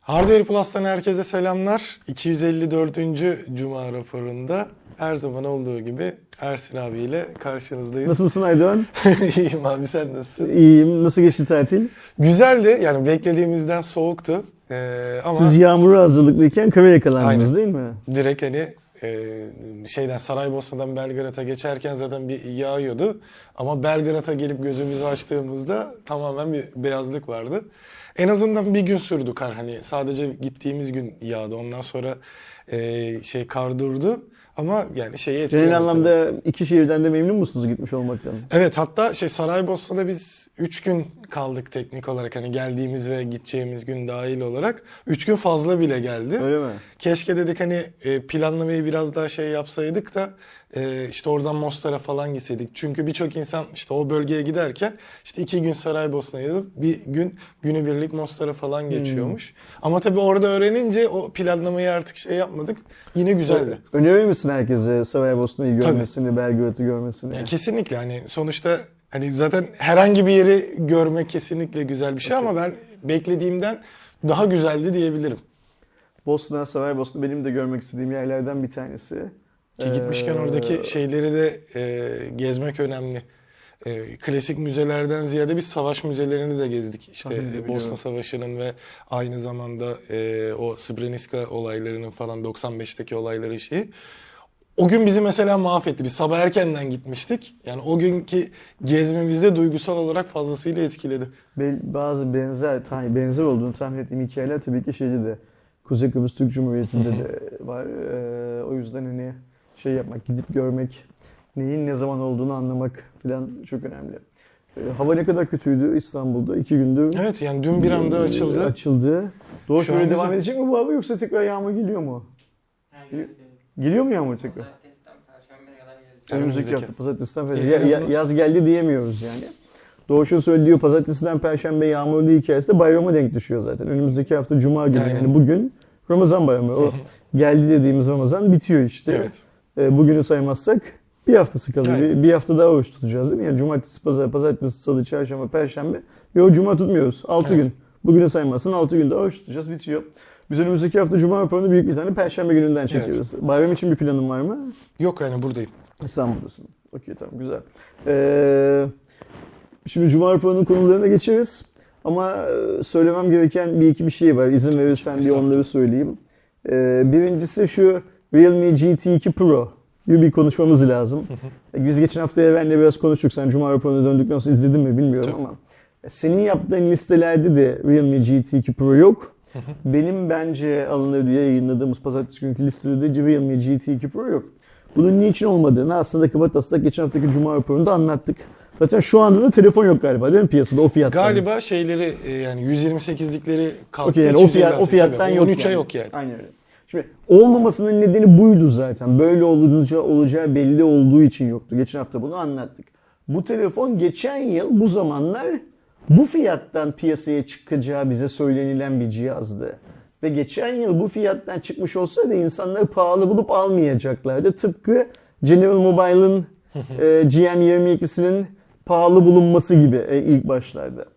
Hardware Plus'tan herkese selamlar. 254. Cuma raporunda her zaman olduğu gibi Ersin abiyle karşınızdayız. Nasılsın Aydoğan? İyiyim abi, sen nasılsın? İyiyim. Nasıl geçti tatil? Güzeldi, yani beklediğimizden soğuktu. Ama Siz yağmura hazırlıklıyken kara yakalandınız aynen. değil mi? Direkt hani Saraybosna'dan Belgrad'a geçerken zaten bir yağıyordu. Ama Belgrad'a gelip gözümüzü açtığımızda tamamen bir beyazlık vardı. En azından bir gün sürdü kar. Hani sadece gittiğimiz gün yağdı. Ondan sonra kar durdu. Ama yani şeyi etkiledi. Genel anlamda iki şehirden de memnun musunuz gitmiş olmaktan? Evet, hatta Saraybosna'da biz 3 gün kaldık teknik olarak. Hani geldiğimiz ve gideceğimiz gün dahil olarak. 3 gün fazla bile geldi. Öyle mi? Keşke dedik hani planlamayı biraz daha yapsaydık da işte oradan Mostar'a falan gitseydik. Çünkü birçok insan işte o bölgeye giderken işte 2 gün Saraybosna'ya gidip bir gün günübirlik Mostar'a falan geçiyormuş. Ama tabii orada öğrenince o planlamayı artık yapmadık. Yine güzeldi. Önerir misin herkese Saraybosna'yı görmesini, Belgrad'ı görmesini? Yani kesinlikle, hani sonuçta hani zaten herhangi bir yeri görmek kesinlikle güzel bir şey ama ben beklediğimden daha güzeldi diyebilirim. Bosna, Saraybosna benim de görmek istediğim yerlerden bir tanesi. Ki gitmişken oradaki şeyleri de gezmek önemli. Klasik müzelerden ziyade biz savaş müzelerini de gezdik. İşte Bosna Savaşı'nın ve aynı zamanda o Srebrenica olaylarının falan 95'teki olayları şeyi. O gün bizi mesela mahvetti. Biz sabah erkenden gitmiştik. Yani o günkü gezmemizde duygusal olarak fazlasıyla etkiledi. Bazı benzer olduğunu tahmin ettiğim hikayeler tabii ki de Kuzey Kıbrıs Türk Cumhuriyeti'nde de var. O yüzden hani yapmak, gidip görmek, neyin ne zaman olduğunu anlamak falan çok önemli. Hava ne kadar kötüydü İstanbul'da? 2 gündür. Evet, yani dün bir anda açıldı. Doğuş Şu böyle an devam güzel. edecek mi bu hava, yoksa tekrar yağmur geliyor mu? Geliyor mu yağmur tekrar? Pazartesiden Perşembe'ye kadar gelecek. Önümüzdeki hafta pazartesiden En yaz geldi diyemiyoruz yani. Doğuş'un söylediği pazartesiden Perşembe yağmurlu hikayesi de bayrama denk düşüyor zaten. Önümüzdeki hafta Cuma günü, Aynen. yani bugün Ramazan bayramı. O geldi dediğimiz Ramazan bitiyor işte. Evet. Bugünü saymazsak bir haftası kalıyor. Aynen. Bir hafta daha oruç tutacağız değil mi? Yani cumartesi, pazar, pazartesi, salı, çarşamba, perşembe. Yok, cuma tutmuyoruz. 6 Evet. gün. Bugünü saymazsın, 6 günde oruç tutacağız, bitiyor. Biz önümüzdeki hafta Cuma raporunu büyük bir tane perşembe gününden çekiyoruz. Bayram için bir planın var mı? Yok, yani buradayım. İstanbul'dasın. Okey, tamam, güzel. Şimdi Cuma raporunun konularına geçeriz. Ama söylemem gereken bir şey var. İzin verirsen bir onları söyleyeyim. Birincisi şu Realme GT2 Pro. Bir konuşmamız lazım. Biz geçen hafta Eren'le biraz konuştuk. Sen Cuma raporuna döndükten sonra izledin mi bilmiyorum ama. Senin yaptığın listelerde de Realme GT2 Pro yok. Benim bence alınır diye yayınladığımız pazartesi günkü listede de Realme GT2 Pro yok. Bunun niçin olmadığını aslında kabataslak geçen haftaki Cuma raporunda anlattık. Zaten şu anda da telefon yok galiba değil mi piyasada o fiyattan? Galiba yani 128'likleri kalktı. Okay, yani o fiyattan yok. 13'e yok yani. Aynen öyle. Şimdi olmamasının nedeni buydu zaten. Böyle olacağı belli olduğu için yoktu. Geçen hafta bunu anlattık. Bu telefon geçen yıl bu zamanlar bu fiyattan piyasaya çıkacağı bize söylenilen bir cihazdı. Ve geçen yıl bu fiyattan çıkmış olsaydı insanlar pahalı bulup almayacaklardı. Tıpkı General Mobile'ın GM22'sinin pahalı bulunması gibi ilk başlarda.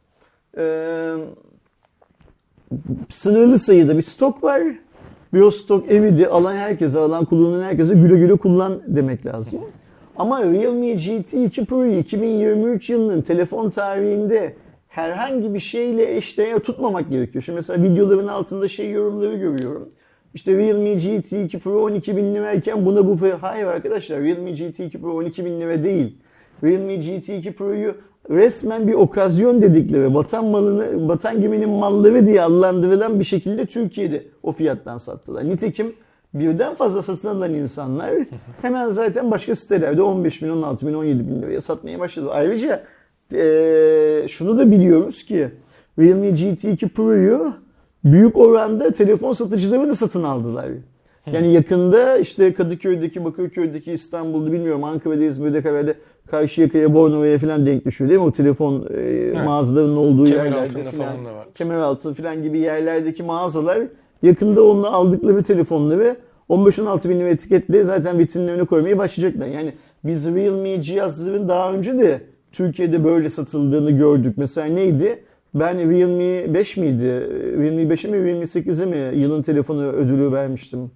Sınırlı sayıda bir stok var. Bir o stok evide alan herkese, kullanan herkese güle güle kullan demek lazım. Ama Realme GT2 Pro'yu 2023 yılının telefon tarihinde herhangi bir şeyle eşdeğer tutmamak gerekiyor. Şimdi mesela videoların altında yorumları görüyorum. İşte Realme GT2 Pro 12.000 lirayken buna bu... Hayır arkadaşlar, Realme GT2 Pro 12.000 lira değil. Realme GT2 Pro'yu resmen bir okazyon dedikleri, vatan geminin malları diye adlandırılan bir şekilde Türkiye'de o fiyattan sattılar. Nitekim birden fazla satın alan insanlar hemen zaten başka sitelerde 15.000, 16.000, 17.000 liraya satmaya başladı. Ayrıca şunu da biliyoruz ki Realme GT2 Pro'yu büyük oranda telefon satıcıları da satın aldılar. Yani yakında işte Kadıköy'deki, Bakırköy'deki, İstanbul'da bilmiyorum, Ankara'da, İzmir'de, Karay'da, Karşıyaka'ya, Bornova'ya falan denk düşüyor değil mi? O telefon mağazalarının olduğu yerlerde falan. Kemeraltı falan gibi yerlerdeki mağazalar yakında onunla aldıkları telefonları 15-16 bin lira etiketle zaten vitrinlerine koymaya başlayacaklar. Yani biz Realme cihazların daha önce de Türkiye'de böyle satıldığını gördük. Mesela neydi? Ben Realme 5 miydi? Realme 5'e mi Realme 8'e mi yılın telefonu ödülü vermiştim?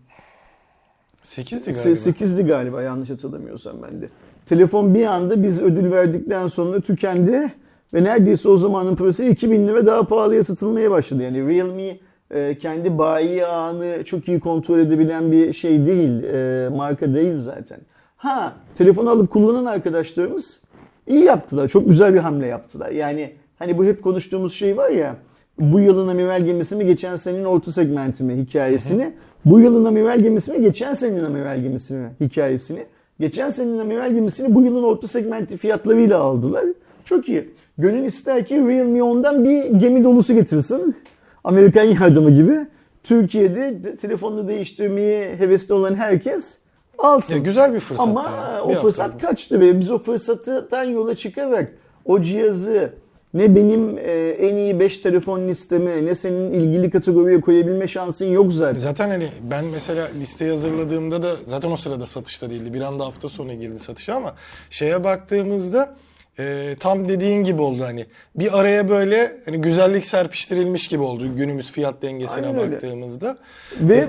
8'di galiba. 8'di galiba yanlış hatırlamıyorsam ben de. Telefon bir anda biz ödül verdikten sonra tükendi ve neredeyse o zamanın parası 2000 lira daha pahalıya satılmaya başladı. Yani Realme kendi bayi ağını çok iyi kontrol edebilen bir şey değil, marka değil zaten. Ha, telefonu alıp kullanan arkadaşlarımız iyi yaptılar, çok güzel bir hamle yaptılar. Yani hani bu hep konuştuğumuz şey var ya, bu yılın amiral gemisi mi geçen senenin orta segmenti mi hikayesini, bu yılın amiral gemisi mi geçen senenin amiral gemisi mi hikayesini, geçen senenin amiral gemisini bu yılın orta segmenti fiyatlarıyla aldılar. Çok iyi. Gönül ister ki Realme 10'dan bir gemi dolusu getirsin. Amerikan yardımı gibi. Türkiye'de telefonunu değiştirmeye hevesli olan herkes alsın. Ya güzel bir fırsat. Ama yani. o Bir fırsat hafta. kaçtı ve biz o fırsattan yola çıkarak o cihazı ne benim en iyi 5 telefon listeme ne senin ilgili kategoriye koyabilme şansın yok zaten. Zaten hani ben mesela listeyi hazırladığımda da zaten o sırada satışta değildi. Bir anda hafta sonu girdi satışa ama şeye baktığımızda tam dediğin gibi oldu hani. Bir araya böyle hani güzellik serpiştirilmiş gibi oldu günümüz fiyat dengesine Aynen öyle. baktığımızda. Ve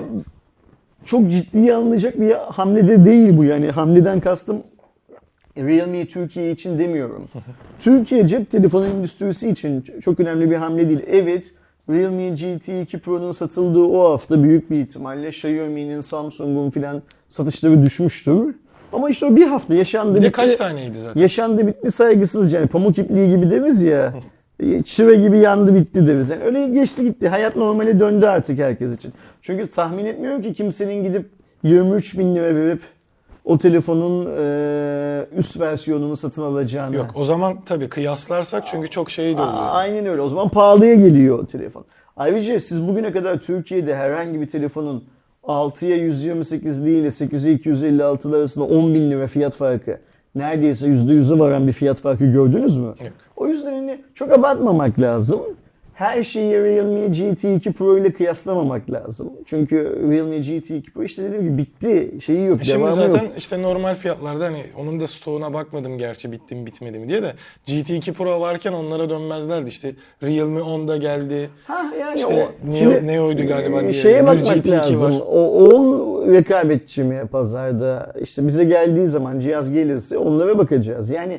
çok ciddiye alınacak bir hamle de değil bu. Yani hamleden kastım Realme Türkiye için demiyorum. Türkiye cep telefonu endüstrisi için çok önemli bir hamle değil. Evet, Realme GT2 Pro'nun satıldığı o hafta büyük bir ihtimalle Xiaomi'nin, Samsung'un filan satışları düşmüştür. Ama işte o bir hafta yaşandı Bir de bitti. kaç taneydi zaten? Yaşandı bitti saygısızca. Yani pamuk ipliği gibi deriz ya. Çıra gibi yandı bitti deriz. Yani öyle geçti gitti. Hayat normale döndü artık herkes için. Çünkü tahmin etmiyorum ki kimsenin gidip 23 bin lira verip o telefonun üst versiyonunu satın alacağını. Yok o zaman tabii kıyaslarsak çünkü çok şey de oluyor. Aynen öyle. O zaman pahalıya geliyor o telefon. Ayrıca siz bugüne kadar Türkiye'de herhangi bir telefonun 6'ya 128'li ile 8'e 256'lı arasında 10 bin lira fiyat farkı, neredeyse %100'e varan bir fiyat farkı gördünüz mü? Yok. O yüzden hani çok abartmamak lazım. Her şeyi Realme GT2 Pro ile kıyaslamamak lazım. Çünkü Realme GT2 Pro işte dediğim gibi bitti. Şeyi yok, Şimdi devamı zaten yok. işte normal fiyatlarda hani onun da stoğuna bakmadım gerçi bitti mi bitmedi mi diye de GT2 Pro varken onlara dönmezlerdi. İşte Realme 10 da geldi. Ha yani İşte Neo'ydu galiba diye. Şeye Düz bakmak GT2 lazım. var. O 10 rekabetçi mi pazarda? İşte bize geldiği zaman cihaz gelirse onlara bakacağız. Yani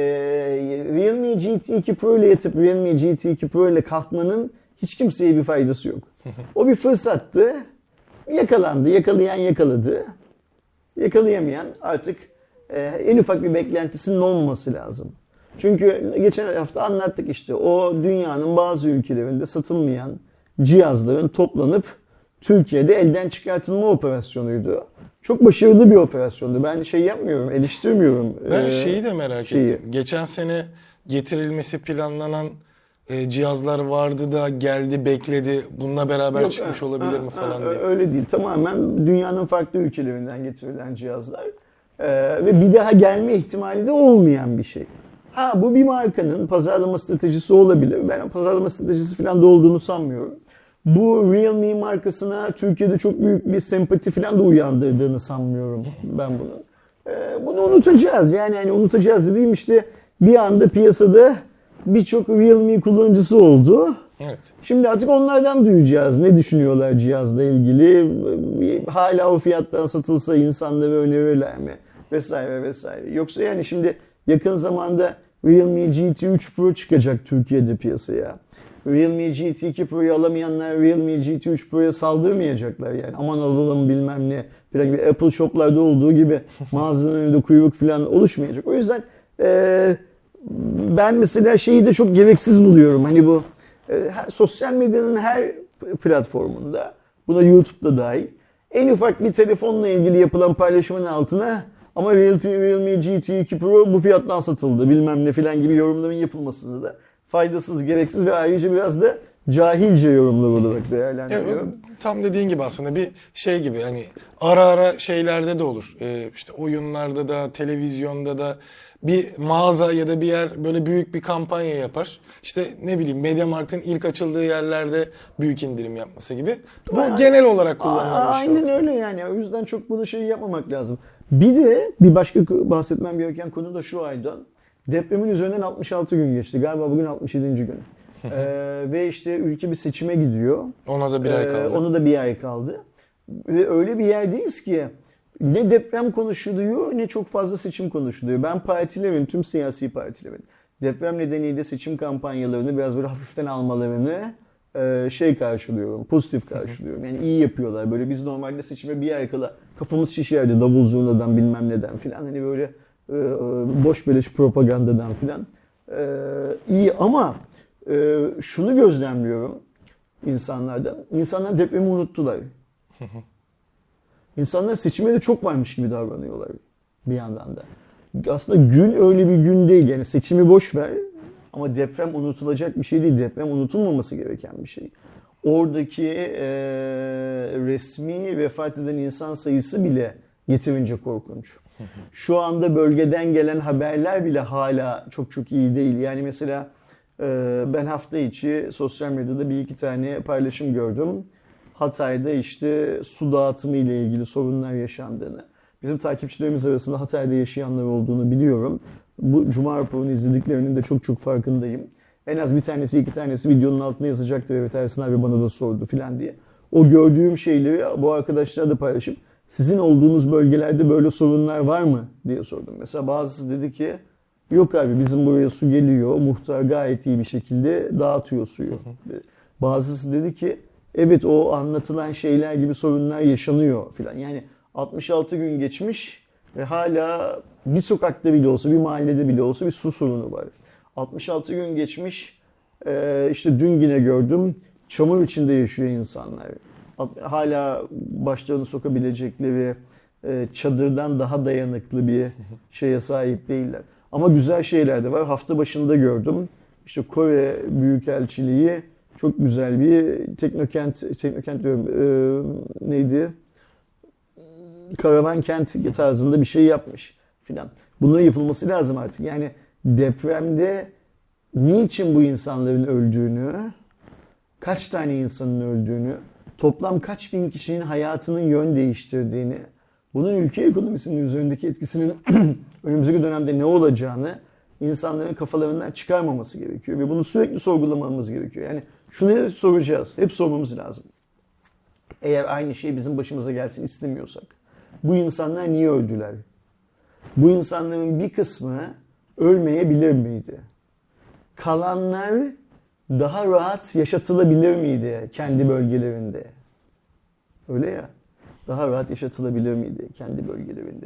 Realme GT2 Pro ile yatıp Realme GT2 Pro ile kalkmanın hiç kimseye bir faydası yok. O bir fırsattı. Yakalandı. Yakalayan yakaladı. Yakalayamayan artık en ufak bir beklentisinin olmaması lazım. Çünkü geçen hafta anlattık işte o dünyanın bazı ülkelerinde satılmayan cihazların toplanıp Türkiye'de elden çıkartılma operasyonuydu. Çok başarılı bir operasyondu. Ben şey yapmıyorum, eleştirmiyorum. Ben şeyi de merak şeyi. ettim. Geçen sene getirilmesi planlanan cihazlar vardı da geldi bekledi. Bununla beraber Yok, çıkmış olabilir mi falan diye. Öyle değil. Tamamen dünyanın farklı ülkelerinden getirilen cihazlar. Ve bir daha gelme ihtimali de olmayan bir şey. Ha bu bir markanın pazarlama stratejisi olabilir. Ben pazarlama stratejisi falan da olduğunu sanmıyorum. Bu Realme markasına Türkiye'de çok büyük bir sempati falan da uyandırdığını sanmıyorum ben bunun. Bunu unutacağız. Yani hani unutacağız dediğim işte bir anda piyasada birçok Realme kullanıcısı oldu. Evet. Şimdi artık onlardan duyacağız. Ne düşünüyorlar cihazla ilgili? Hala o fiyattan satılsa insanlara önerirler mi? Vesaire vesaire. Yoksa yani şimdi yakın zamanda Realme GT3 Pro çıkacak Türkiye'de piyasaya. Realme GT2 Pro'yu alamayanlar Realme GT3 Pro'ya saldırmayacaklar yani. Aman alalım bilmem ne. Falan gibi Apple shoplarda olduğu gibi mağazanın önünde kuyruk falan oluşmayacak. O yüzden ben mesela şeyi de çok gereksiz buluyorum. Hani bu sosyal medyanın her platformunda, buna YouTube'da dahil, en ufak bir telefonla ilgili yapılan paylaşımın altına ama Realme GT2 Pro bu fiyattan satıldı bilmem ne falan gibi yorumların yapılmasını da faydasız, gereksiz ve ayrıca biraz da cahilce yorumlar olarak değerlendiriyorum. Ya, tam dediğin gibi aslında bir şey gibi hani ara ara şeylerde de olur. İşte oyunlarda da, televizyonda da bir mağaza ya da bir yer böyle büyük bir kampanya yapar. İşte ne bileyim MediaMarkt'ın ilk açıldığı yerlerde büyük indirim yapması gibi. Bu genel olarak kullanılan bir şey. Aynen öyle yani. O yüzden çok bunu şey yapmamak lazım. Bir de bir başka bahsetmem gereken konu da şu Aydan. Depremin üzerinden 66 gün geçti. Galiba bugün 67. gün. Ve işte ülke bir seçime gidiyor. Ona da bir ay kaldı. Ona da bir ay kaldı. Ve öyle bir yerdeyiz ki ne deprem konuşuluyor ne çok fazla seçim konuşuluyor. Ben partilerin, tüm siyasi partilerin deprem nedeniyle seçim kampanyalarını biraz böyle hafiften almalarını karşılıyorum, pozitif karşılıyorum. Yani iyi yapıyorlar. Böyle biz normalde seçime bir ay kala kafamız şişerdi davul zurnadan bilmem neden filan. Hani böyle boş beleş propagandadan filan. İyi ama şunu gözlemliyorum insanlardan. İnsanlar depremi unuttular. İnsanlar seçime de çok varmış gibi davranıyorlar bir yandan da. Aslında gün öyle bir gün değil. Yani seçimi boş ver ama deprem unutulacak bir şey değil. Deprem unutulmaması gereken bir şey. Oradaki resmi vefat eden insan sayısı bile yeterince korkunç. Şu anda bölgeden gelen haberler bile hala çok iyi değil. Yani mesela ben hafta içi sosyal medyada bir iki tane paylaşım gördüm. Hatay'da işte su dağıtımı ile ilgili sorunlar yaşandığını. Bizim takipçilerimiz arasında Hatay'da yaşayanlar olduğunu biliyorum. Bu Cuma raporunu izlediklerinin de çok farkındayım. En az bir tanesi, iki tanesi videonun altına yazacaktır. Evet Ersin abi bana da sordu filan diye. O gördüğüm şeyleri bu arkadaşlar da paylaşıp sizin olduğunuz bölgelerde böyle sorunlar var mı diye sordum. Mesela bazısı dedi ki yok abi bizim buraya su geliyor. Muhtar gayet iyi bir şekilde dağıtıyor suyu. Bazısı dedi ki evet o anlatılan şeyler gibi sorunlar yaşanıyor filan. Yani 66 gün geçmiş ve hala bir sokakta bile olsa, bir mahallede bile olsa bir su sorunu var. 66 gün geçmiş, işte dün yine gördüm, çamur içinde yaşıyor insanlar. Hala başlarını sokabilecekleri çadırdan daha dayanıklı bir şeye sahip değiller. Ama güzel şeyler de var. Hafta başında gördüm, işte Kore Büyükelçiliği çok güzel bir teknokent diyorum, neydi? Karavan kent tarzında bir şey yapmış filan. Bunların yapılması lazım artık. Yani depremde niçin bu insanların öldüğünü, kaç tane insanın öldüğünü, toplam kaç bin kişinin hayatının yön değiştirdiğini, bunun ülke ekonomisinin üzerindeki etkisinin önümüzdeki dönemde ne olacağını insanların kafalarından çıkarmaması gerekiyor. Ve bunu sürekli sorgulamamız gerekiyor. Yani şunu hep soracağız, hep sormamız lazım. Eğer aynı şey bizim başımıza gelsin istemiyorsak, bu insanlar niye öldüler? Bu insanların bir kısmı ölmeyebilir miydi? Kalanlar daha rahat yaşatılabilir miydi kendi bölgelerinde? Öyle ya. Daha rahat yaşatılabilir miydi kendi bölgelerinde?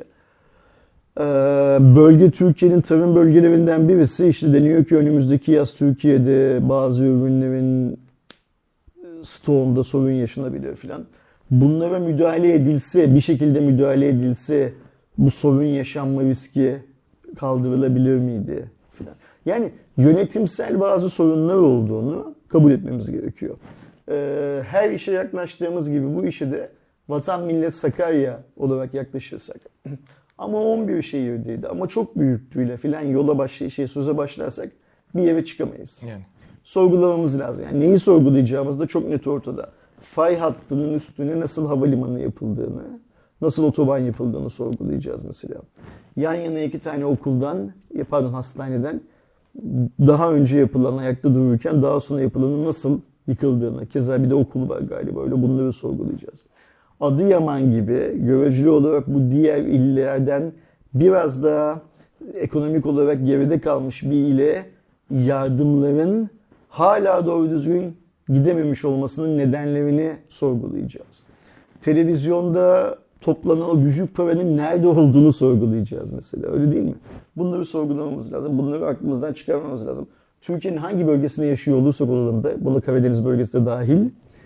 Bölge Türkiye'nin tarım bölgelerinden birisi. İşte deniyor ki önümüzdeki yaz Türkiye'de bazı ürünlerin stoğunda sorun yaşanabilir filan. Bunlara müdahale edilse, bir şekilde müdahale edilse bu sorun yaşanma riski kaldırılabilir miydi filan. Yani yönetimsel bazı sorunlar olduğunu kabul etmemiz gerekiyor. Her işe yaklaştığımız gibi bu işe de Vatan Millet Sakarya olarak yaklaşırsak ama 11 şehirdeydi ama çok büyüktüğüyle filan yola söze başlarsak bir yere çıkamayız. Yani. Sorgulamamız lazım. Yani neyi sorgulayacağımız da çok net ortada. Fay hattının üstüne nasıl havalimanı yapıldığını, nasıl otoban yapıldığını sorgulayacağız mesela. Yan yana iki tane hastaneden daha önce yapılan, ayakta dururken daha sonra yapılanın nasıl yıkıldığını, keza bir de okul var galiba öyle, bunları sorgulayacağız. Adıyaman gibi göreceli olarak bu diğer illerden biraz daha ekonomik olarak geride kalmış bir ile yardımların hala doğru düzgün gidememiş olmasının nedenlerini sorgulayacağız. Televizyonda toplanan o büyük paranın nerede olduğunu sorgulayacağız mesela. Öyle değil mi? Bunları sorgulamamız lazım. Bunları aklımızdan çıkarmamız lazım. Türkiye'nin hangi bölgesinde yaşıyor olursak olalım da, buna Karadeniz bölgesi de dahil,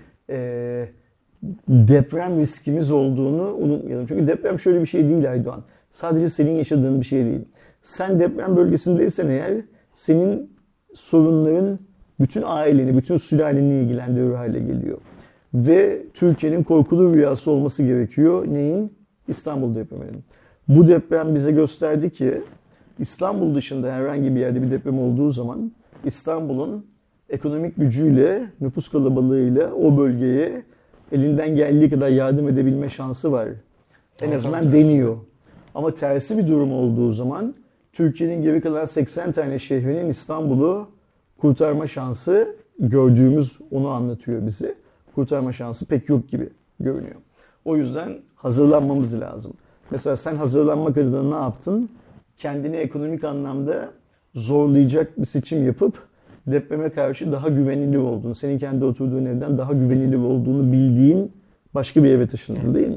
deprem riskimiz olduğunu unutmayalım. Çünkü deprem şöyle bir şey değil Aydoğan. Sadece senin yaşadığın bir şey değil. Sen deprem bölgesindeysen eğer, senin sorunların bütün aileni, bütün sülaleni ilgilendirir hale geliyor. Ve Türkiye'nin korkulu rüyası olması gerekiyor. Neyin? İstanbul depreminin. Bu deprem bize gösterdi ki İstanbul dışında herhangi bir yerde bir deprem olduğu zaman İstanbul'un ekonomik gücüyle, nüfus kalabalığıyla o bölgeye elinden geldiği kadar yardım edebilme şansı var. En azından deniyor. Ama tersi bir durum olduğu zaman Türkiye'nin geri kalan 80 tane şehrinin İstanbul'u kurtarma şansı gördüğümüz onu anlatıyor bize. Kurtarma şansı pek yok gibi görünüyor. O yüzden hazırlanmamız lazım. Mesela sen hazırlanmak adına ne yaptın? Kendini ekonomik anlamda zorlayacak bir seçim yapıp depreme karşı daha güvenilir olduğunu, senin kendi oturduğun evden daha güvenilir olduğunu bildiğin başka bir eve taşındın değil mi?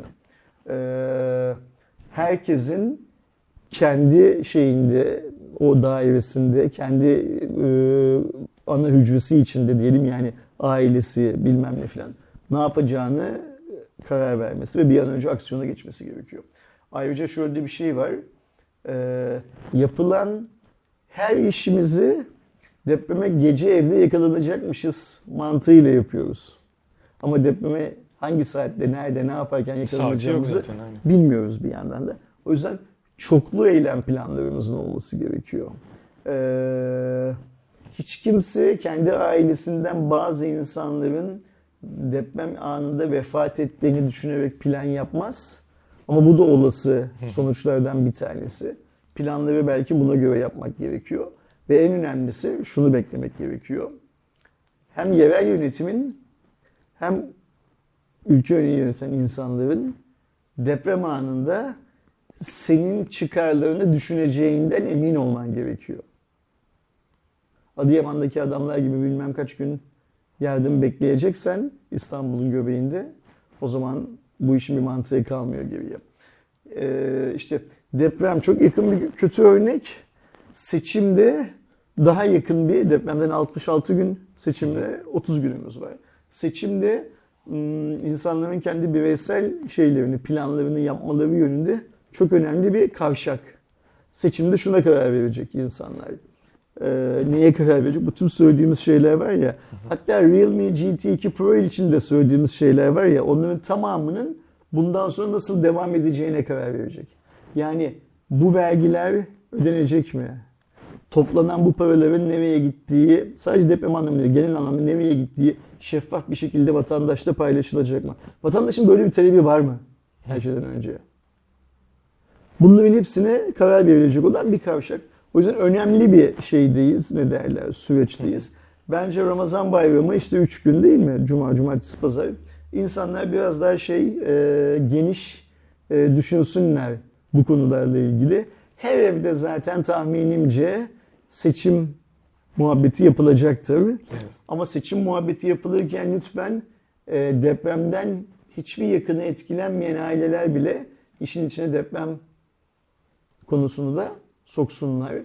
Herkesin kendi şeyinde, o dairesinde, kendi ana hücresi içinde diyelim, yani ailesi bilmem ne filan ne yapacağını karar vermesi ve bir an önce aksiyona geçmesi gerekiyor. Ayrıca şöyle bir şey var. Yapılan her işimizi depreme gece evde yakalanacakmışız mantığıyla yapıyoruz. Ama depreme hangi saatte, nerede, ne yaparken yakalanacağımızı bilmiyoruz bir yandan da. O yüzden çoklu eylem planlarımızın olması gerekiyor. Hiç kimse kendi ailesinden bazı insanların deprem anında vefat ettiğini düşünerek plan yapmaz. Ama bu da olası sonuçlardan bir tanesi. Planları belki buna göre yapmak gerekiyor. Ve en önemlisi şunu beklemek gerekiyor. Hem yerel yönetimin hem ülke yöneten insanların deprem anında senin çıkarlarını düşüneceğinden emin olman gerekiyor. Adıyaman'daki adamlar gibi bilmem kaç gün yardım bekleyeceksen İstanbul'un göbeğinde, o zaman bu işin bir mantığı kalmıyor geriye. İşte deprem çok yakın bir kötü örnek. Seçimde daha yakın bir, depremden 66 gün, seçimde 30 günümüz var. Seçimde insanların kendi bireysel şeylerini, planlarını yapmaları yönünde çok önemli bir kavşak. Seçimde şuna karar verecek insanlar. Neye karar verecek? Bütün söylediğimiz şeyler var ya. Hatta Realme GT2 Pro için de söylediğimiz şeyler var ya. Onların tamamının bundan sonra nasıl devam edeceğine karar verecek. Yani bu vergiler ödenecek mi? Toplanan bu paraların nereye gittiği, sadece deprem anlamında değil, genel anlamda nereye gittiği şeffaf bir şekilde vatandaşla paylaşılacak mı? Vatandaşın böyle bir talebi var mı her şeyden önce? Bunların hepsine karar verilecek olan bir kavşak. O yüzden önemli bir şeydeyiz, ne derler, süreçteyiz. Bence Ramazan bayramı işte 3 gün değil mi? Cuma, cumartesi, pazar. İnsanlar biraz daha geniş düşünsünler bu konularla ilgili. Her evde zaten tahminimce seçim muhabbeti yapılacaktır. Evet. Ama seçim muhabbeti yapılırken lütfen depremden hiçbir yakını etkilenmeyen aileler bile işin içine deprem konusunu da soksunlar.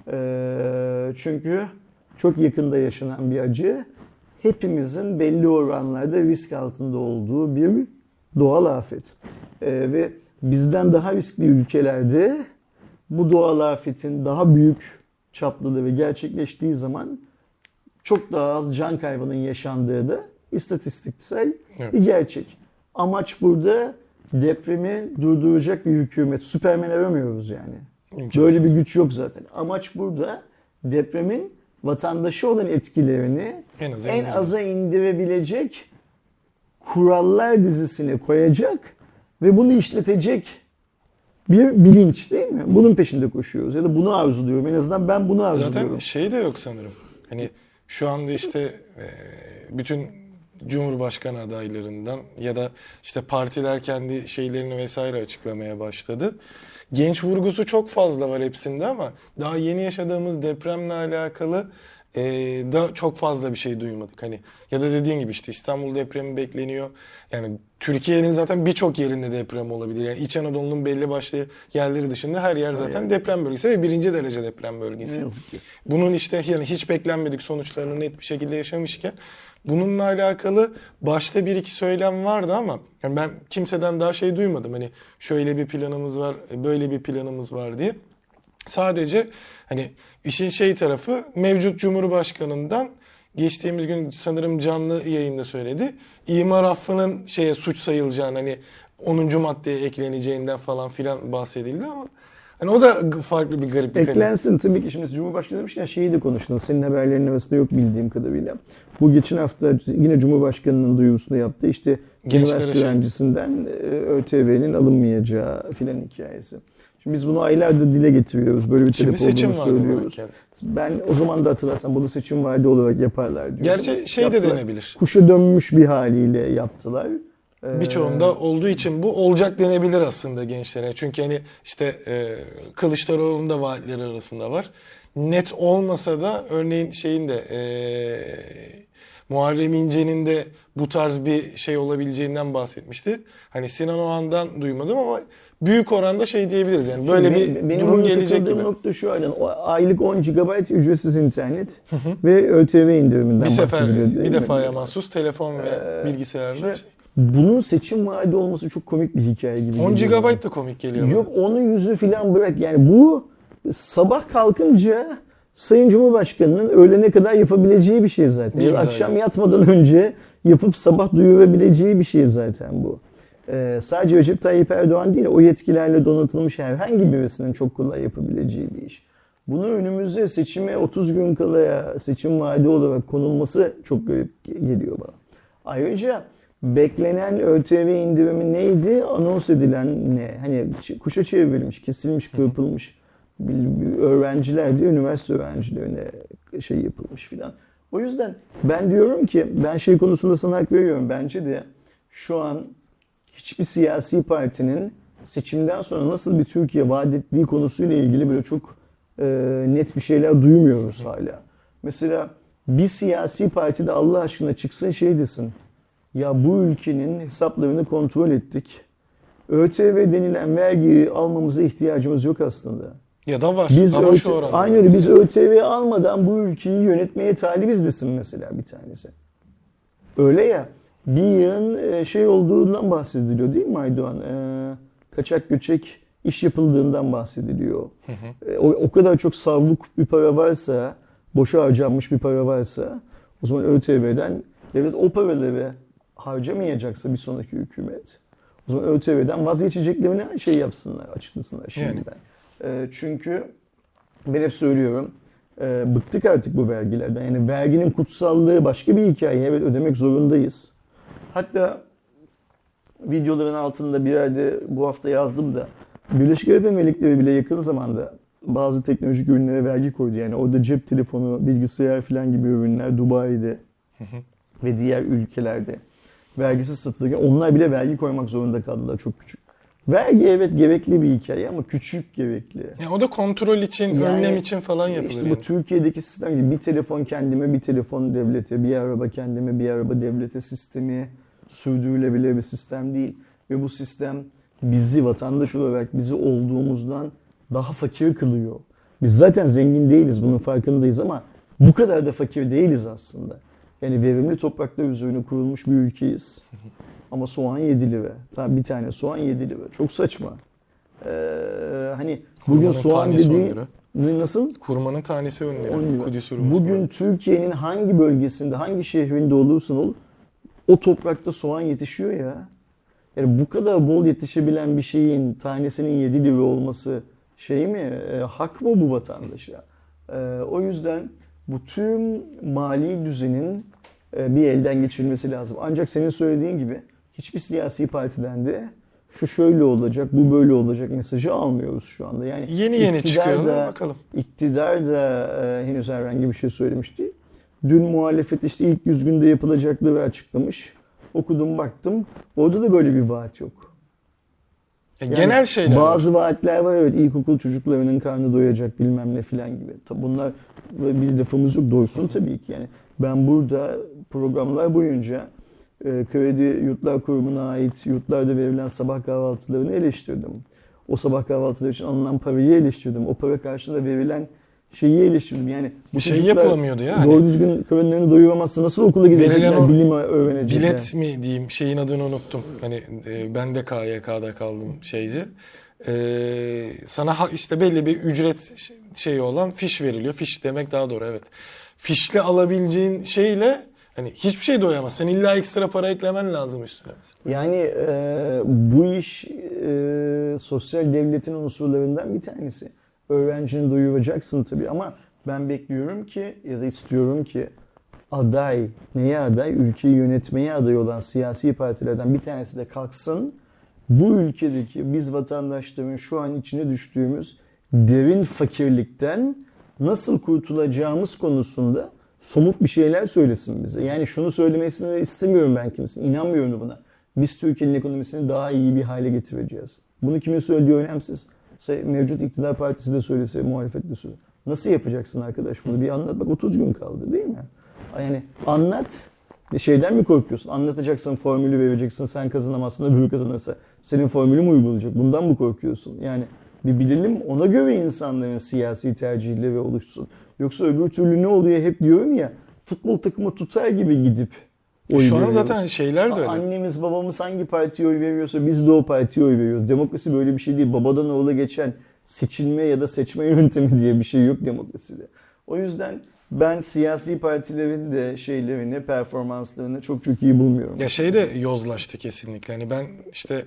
Çünkü çok yakında yaşanan bir acı, hepimizin belli oranlarda risk altında olduğu bir doğal afet. Ve bizden daha riskli ülkelerde bu doğal afetin daha büyük çaplı ve gerçekleştiği zaman çok daha az can kaybının yaşandığı da istatistiksel bir gerçek. Amaç burada depremi durduracak bir hükümet. Süpermen aramıyoruz yani. İmkansız. Böyle bir güç yok zaten. Amaç burada depremin vatandaşı olan etkilerini en aza indirebilecek kurallar dizisini koyacak ve bunu işletecek bir bilinç değil mi? Bunun peşinde koşuyoruz ya da bunu arzuluyorum. En azından ben bunu arzuluyorum. Zaten şey de yok sanırım. Hani şu anda işte bütün Cumhurbaşkanı adaylarından ya da işte partiler kendi şeylerini vesaire açıklamaya başladı. Genç vurgusu çok fazla var hepsinde ama daha yeni yaşadığımız depremle alakalı da çok fazla bir şey duymadık. Hani ya da dediğin gibi işte İstanbul depremi bekleniyor. Yani Türkiye'nin zaten birçok yerinde deprem olabilir. Yani İç Anadolu'nun belli başlı yerleri dışında her yer zaten deprem bölgesi ve 1. derece deprem bölgesi. Bunun işte yani hiç beklenmedik sonuçlarını net bir şekilde yaşamışken bununla alakalı başta bir iki söylem vardı ama yani ben kimseden daha şey duymadım. Hani şöyle bir planımız var, böyle bir planımız var diye. Sadece hani işin şey tarafı mevcut Cumhurbaşkanı'ndan geçtiğimiz gün sanırım canlı yayında söyledi. İmar affının suç sayılacağını, hani 10. maddeye ekleneceğinden falan filan bahsedildi ama hani o da farklı bir gariplik. Eklensin tabii ki. Şimdi Cumhurbaşkanı demişken şeyi de konuştum. Senin haberlerin arasında yok bildiğim kadarıyla. Bu geçen hafta yine Cumhurbaşkanı'nın duyurusunu yaptı. İşte üniversite öğrencisinden ÖTV'nin alınmayacağı filan hikayesi. Şimdi biz bunu aylardır dile getiriyoruz. Böyle bir Şimdi talep seçim olduğunu vaadi olarak söylüyoruz. geldi. Ben o zaman da hatırlarsan bunu seçim vaadi olarak yaparlar diyorum. Gerçi şey de Yaptılar. denebilir. Kuşa dönmüş bir haliyle yaptılar. Birçoğunda olduğu için bu olacak denebilir aslında gençlere. Çünkü hani işte Kılıçdaroğlu'nun da vaatleri arasında var. Net olmasa da örneğin şeyin de Muharrem İnce'nin de bu tarz bir şey olabileceğinden bahsetmişti. Hani Sinan Oğan'dan duymadım ama büyük oranda şey diyebiliriz yani böyle bir durum gelecek gibi. Nokta şu aynen. Aylık 10 GB ücretsiz internet ve ÖTV indiriminden Bir sefer bahsediliyor, değil bir mi? defaya mahsus telefon ve bilgisayarda. Bunun seçim vaadi olması çok komik bir hikaye gibi. 10 geliyor bana. GB da komik geliyor. Yok onun yüzü filan bırak yani bu sabah kalkınca Sayın Cumhurbaşkanı'nın öğlene kadar yapabileceği bir şey zaten. Değil mi Akşam zaten? yatmadan önce yapıp sabah duyurabileceği bir şey zaten bu. Sadece Recep Tayyip Erdoğan değil, o yetkilerle donatılmış herhangi birisinin çok kolay yapabileceği bir iş. Bunu önümüzde seçime 30 gün kala seçim vaadi olarak konulması çok garip geliyor bana. Ayrıca beklenen ÖTV indirimi neydi? Anons edilen ne? Hani kuşa çevrilmiş, kesilmiş, kırpılmış öğrenciler de üniversite öğrencilerine şey yapılmış filan. O yüzden ben diyorum ki ben şey konusunda sana hak veriyorum. Bence de şu an hiçbir siyasi partinin seçimden sonra nasıl bir Türkiye vaat ettiği konusuyla ilgili böyle çok net bir şeyler duymuyoruz hala. Mesela bir siyasi partide Allah aşkına çıksın şey desin. Ya bu ülkenin hesaplarını kontrol ettik. ÖTV denilen vergiyi almamıza ihtiyacımız yok aslında. Ya da var Biz ama şu oranda. aynı öyle biz ÖTV almadan bu ülkeyi yönetmeye talibiz desin mesela bir tanesi. Öyle ya bir yığın şey olduğundan bahsediliyor değil mi Aydoğan? Kaçak göçek iş yapıldığından bahsediliyor. O kadar çok savruk bir para varsa, boşa harcanmış bir para varsa o zaman ÖTV'den devlet o paraları harcamayacaksa bir sonraki hükümet o zaman ÖTV'den vazgeçeceklerini şey yapsınlar, açıklasınlar şimdiden. Çünkü ben hep söylüyorum bıktık artık bu vergilerden. Yani verginin kutsallığı başka bir hikaye. Evet ödemek zorundayız. Hatta videoların altında bir yerde bu hafta yazdım da Birleşik Arap Emirlikleri bile yakın zamanda bazı teknolojik ürünlere vergi koydu. Yani orada cep telefonu, bilgisayar falan gibi ürünler Dubai'de ve diğer ülkelerde vergisiz satılırken onlar bile vergi koymak zorunda kaldılar çok küçük. Vergi evet gerekli bir hikaye ama küçük gerekli. Ya o da kontrol için, Yani önlem için falan yapılır. İşte yani. bu Türkiye'deki sistem gibi bir telefon kendime, bir telefon devlete, bir araba kendime, bir araba devlete sistemi sürdürülebilir bir sistem değil. Ve bu sistem bizi vatandaş olarak bizi olduğumuzdan daha fakir kılıyor. Biz zaten zengin değiliz, bunun farkındayız ama bu kadar da fakir değiliz aslında. Yani verimli topraklar üzerine kurulmuş bir ülkeyiz. Ama soğan 7 lira. Tamam bir tane soğan 7 lira. Çok saçma. Hani bugün Kurbanın soğan tanesi 10 dediği lira. nasıl? Kurmanın tanesi 10 lira. 10 lira. Kudüs hurması Bugün falan. Türkiye'nin hangi bölgesinde, hangi şehrinde olursan ol o toprakta soğan yetişiyor ya. Yani bu kadar bol yetişebilen bir şeyin tanesinin 7 lira olması şey mi? Hak mı bu vatandaşa? O yüzden bu tüm mali düzenin bir elden geçirilmesi lazım. Ancak senin söylediğin gibi hiçbir siyasi partiden de şu şöyle olacak, bu böyle olacak mesajı almıyoruz şu anda. Yani Yeni çıkıyorlar bakalım. İktidar da henüz herhangi bir şey söylemiş değil. Dün muhalefet işte ilk 100 günde yapılacakları açıklamış. Okudum baktım. Orada da böyle bir vaat yok. Yani genel şeyler bazı var. vaatler var evet ilkokul çocuklarının karnı doyacak bilmem ne filan gibi. Tabi bunlar bir lafımız yok doysun tabii ki yani. Ben burada programlar boyunca Kredi Yurtlar Kurumu'na ait yurtlarda verilen sabah kahvaltılarını eleştirdim. O sabah kahvaltıları için alınan parayı eleştirdim. O para karşılığında verilen şeyi eleştirdim. Yani bu Bir şey çocuklar yapılamıyordu ya. doğru düzgün karınlarını doyuramazsa nasıl okula gidecekler, o bilim öğrenecekler. Bilet mi diyeyim şeyin adını unuttum. Hani ben de KYK'da kaldım şeyci. Sana işte belli bir ücret şeyi olan fiş veriliyor. Fiş demek daha doğru evet. Fişle alabileceğin şeyle hani hiçbir şey doyamazsın. İlla ekstra para eklemen lazım üstüne mesela. Yani bu iş sosyal devletin unsurlarından bir tanesi. Öğrencini doyuracaksın tabii ama ben bekliyorum ki ya da istiyorum ki neye aday? Ülkeyi yönetmeye aday olan siyasi partilerden bir tanesi de kalksın bu ülkedeki biz vatandaşların şu an içine düştüğümüz derin fakirlikten nasıl kurtulacağımız konusunda somut bir şeyler söylesin bize. Yani şunu söylemesini istemiyorum ben kimsenin. İnanmıyorum buna. Biz Türkiye'nin ekonomisini daha iyi bir hale getireceğiz. Bunu kimin söylediği önemsiz. Mevcut iktidar partisi de söylese, muhalefet de söylese. Nasıl yapacaksın arkadaş bunu? Bir anlat. Bak 30 gün kaldı değil mi? Yani anlat. Şeyden mi korkuyorsun? Anlatacaksın, formülü vereceksin, sen kazanamazsın, öbürü kazanırsa. Senin formülü mü uygulayacak? Bundan mı korkuyorsun? Yani bir bilelim, ona göre insanların siyasi tercihleri oluşsun. Yoksa öbür türlü ne oluyor hep diyorum ya, futbol takımı tutar gibi gidip oy Şu an veriyoruz. zaten şeyler de öyle. Annemiz babamız hangi partiye oy veriyorsa biz de o partiye oy veriyoruz. Demokrasi böyle bir şey değil. Babadan oğula geçen seçilme ya da seçme yöntemi diye bir şey yok demokraside. O yüzden ben siyasi partilerin de şeylerini, performanslarını çok iyi bulmuyorum. Ya şey de yozlaştı kesinlikle. Hani ben işte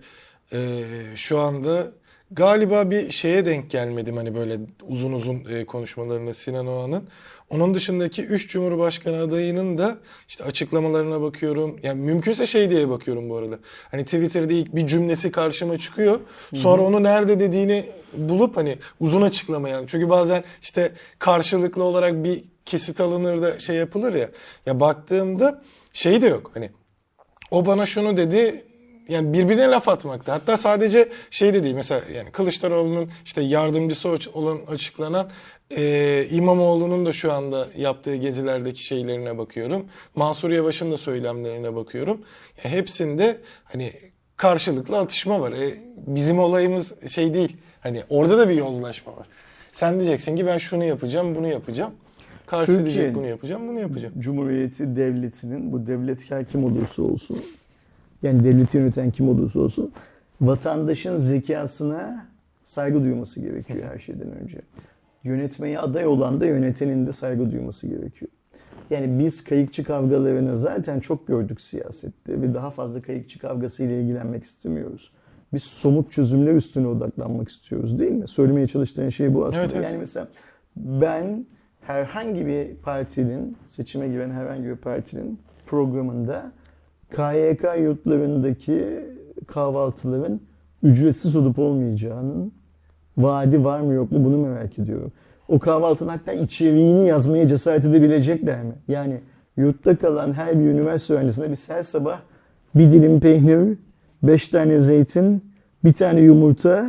şu anda galiba bir şeye denk gelmedim hani böyle uzun uzun konuşmalarında Sinan Oğan'ın. Onun dışındaki 3 Cumhurbaşkanı adayının da işte açıklamalarına bakıyorum. Yani mümkünse şey diye bakıyorum bu arada. Hani Twitter'da ilk bir cümlesi karşıma çıkıyor. Sonra onu nerede dediğini bulup hani uzun açıklama yani. Çünkü bazen işte karşılıklı olarak bir kesit alınır da şey yapılır ya. Ya baktığımda şey de yok. Hani o bana şunu dedi. Yani birbirine laf atmakta. Hatta sadece şey de değil. Mesela yani Kılıçdaroğlu'nun işte yardımcısı olan açıklanan İmamoğlu'nun da şu anda yaptığı gezilerdeki şeylerine bakıyorum. Mansur Yavaş'ın da söylemlerine bakıyorum. Hepsinde hani karşılıklı atışma var. Bizim olayımız şey değil. Hani orada da bir yozlaşma var. Sen diyeceksin ki ben şunu yapacağım, bunu yapacağım. Karşı diyecek bunu yapacağım, bunu yapacağım. Cumhuriyeti devletinin, bu devlet her kim olursa olsun, yani devleti yöneten kim olursa olsun, vatandaşın zekasına saygı duyması gerekiyor her şeyden önce. Yönetmeye aday olan da yönetenin de saygı duyması gerekiyor. Yani biz kayıkçı kavgalarını zaten çok gördük siyasette ve daha fazla kayıkçı kavgasıyla ilgilenmek istemiyoruz. Biz somut çözümler üstüne odaklanmak istiyoruz değil mi? Söylemeye çalıştığın şey bu aslında. Evet, evet. Yani mesela ben herhangi bir partinin, seçime giren herhangi bir partinin programında KYK yurtlarındaki kahvaltıların ücretsiz olup olmayacağının vaadi var mı yok mu bunu merak ediyorum. O kahvaltının hatta içeriğini yazmaya cesaret edebilecekler mi? Yani yurtta kalan her bir üniversite öğrencisine biz her sabah bir dilim peynir, 5 tane zeytin, bir tane yumurta,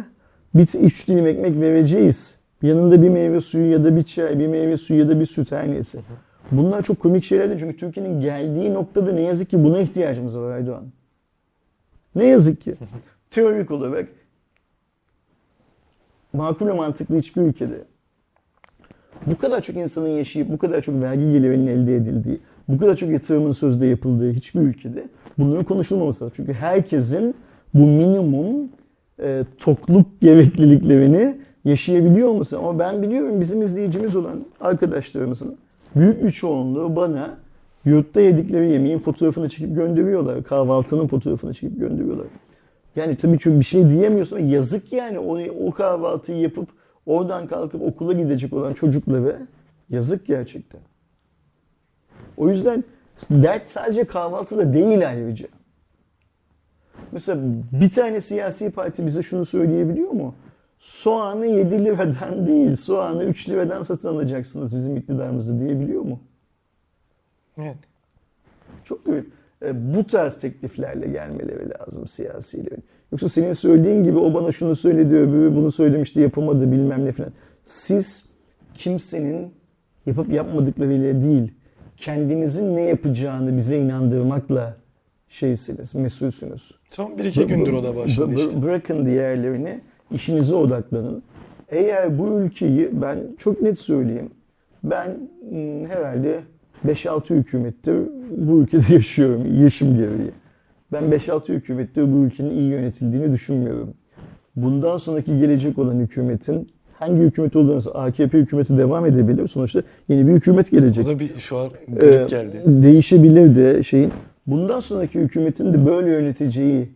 3 dilim ekmek vereceğiz. Yanında bir meyve suyu ya da bir çay, bir meyve suyu ya da bir süt her neyse. Bunlar çok komik şeyler değil çünkü Türkiye'nin geldiği noktada ne yazık ki buna ihtiyacımız var Aydoğan. Ne yazık ki. Teorik olarak makul ve mantıklı hiçbir ülkede bu kadar çok insanın yaşayıp bu kadar çok vergi gelirinin elde edildiği, bu kadar çok yatırımın sözde yapıldığı hiçbir ülkede bunların konuşulmaması lazım. Çünkü herkesin bu minimum tokluk gerekliliklerini yaşayabiliyor olması. Ama ben biliyorum bizim izleyicimiz olan arkadaşlarımızın büyük bir çoğunluğu bana yurtta yedikleri yemeğin fotoğrafını çekip gönderiyorlar. Kahvaltının fotoğrafını çekip gönderiyorlar. Yani tabii çünkü bir şey diyemiyorsun. Yazık yani o kahvaltıyı yapıp oradan kalkıp okula gidecek olan çocuklara yazık gerçekten. O yüzden dert sadece kahvaltıda değil ayrıca. Mesela bir tane siyasi parti bize şunu söyleyebiliyor mu? Soğanı 7 liradan değil, soğanı 3 liradan satın alacaksınız bizim iktidarımızı diyebiliyor mu? Evet. Çok büyük. Bu tarz tekliflerle gelmeleri lazım siyasilerin. Yoksa senin söylediğin gibi o bana şunu söyledi, öbürü bunu söylemişti, yapamadı bilmem ne falan. Siz kimsenin yapıp yapmadıklarıyla değil, kendinizin ne yapacağını bize inandırmakla mesulsünüz. Son 1-2 gündür o da başladı işte. Bırakın diğerlerini, işinize odaklanın. Eğer bu ülkeyi, ben çok net söyleyeyim, ben herhalde 5-6 hükümettir bu ülkede yaşıyorum, yaşım gereği. Ben 5-6 hükümettir bu ülkenin iyi yönetildiğini düşünmüyorum. Bundan sonraki gelecek olan hükümetin hangi hükümet olduğunu, AKP hükümeti devam edebilir. Sonuçta yeni bir hükümet gelecek. O da bir şu an garip geldi. Değişebilir de şeyin. Bundan sonraki hükümetin de böyle yöneteceği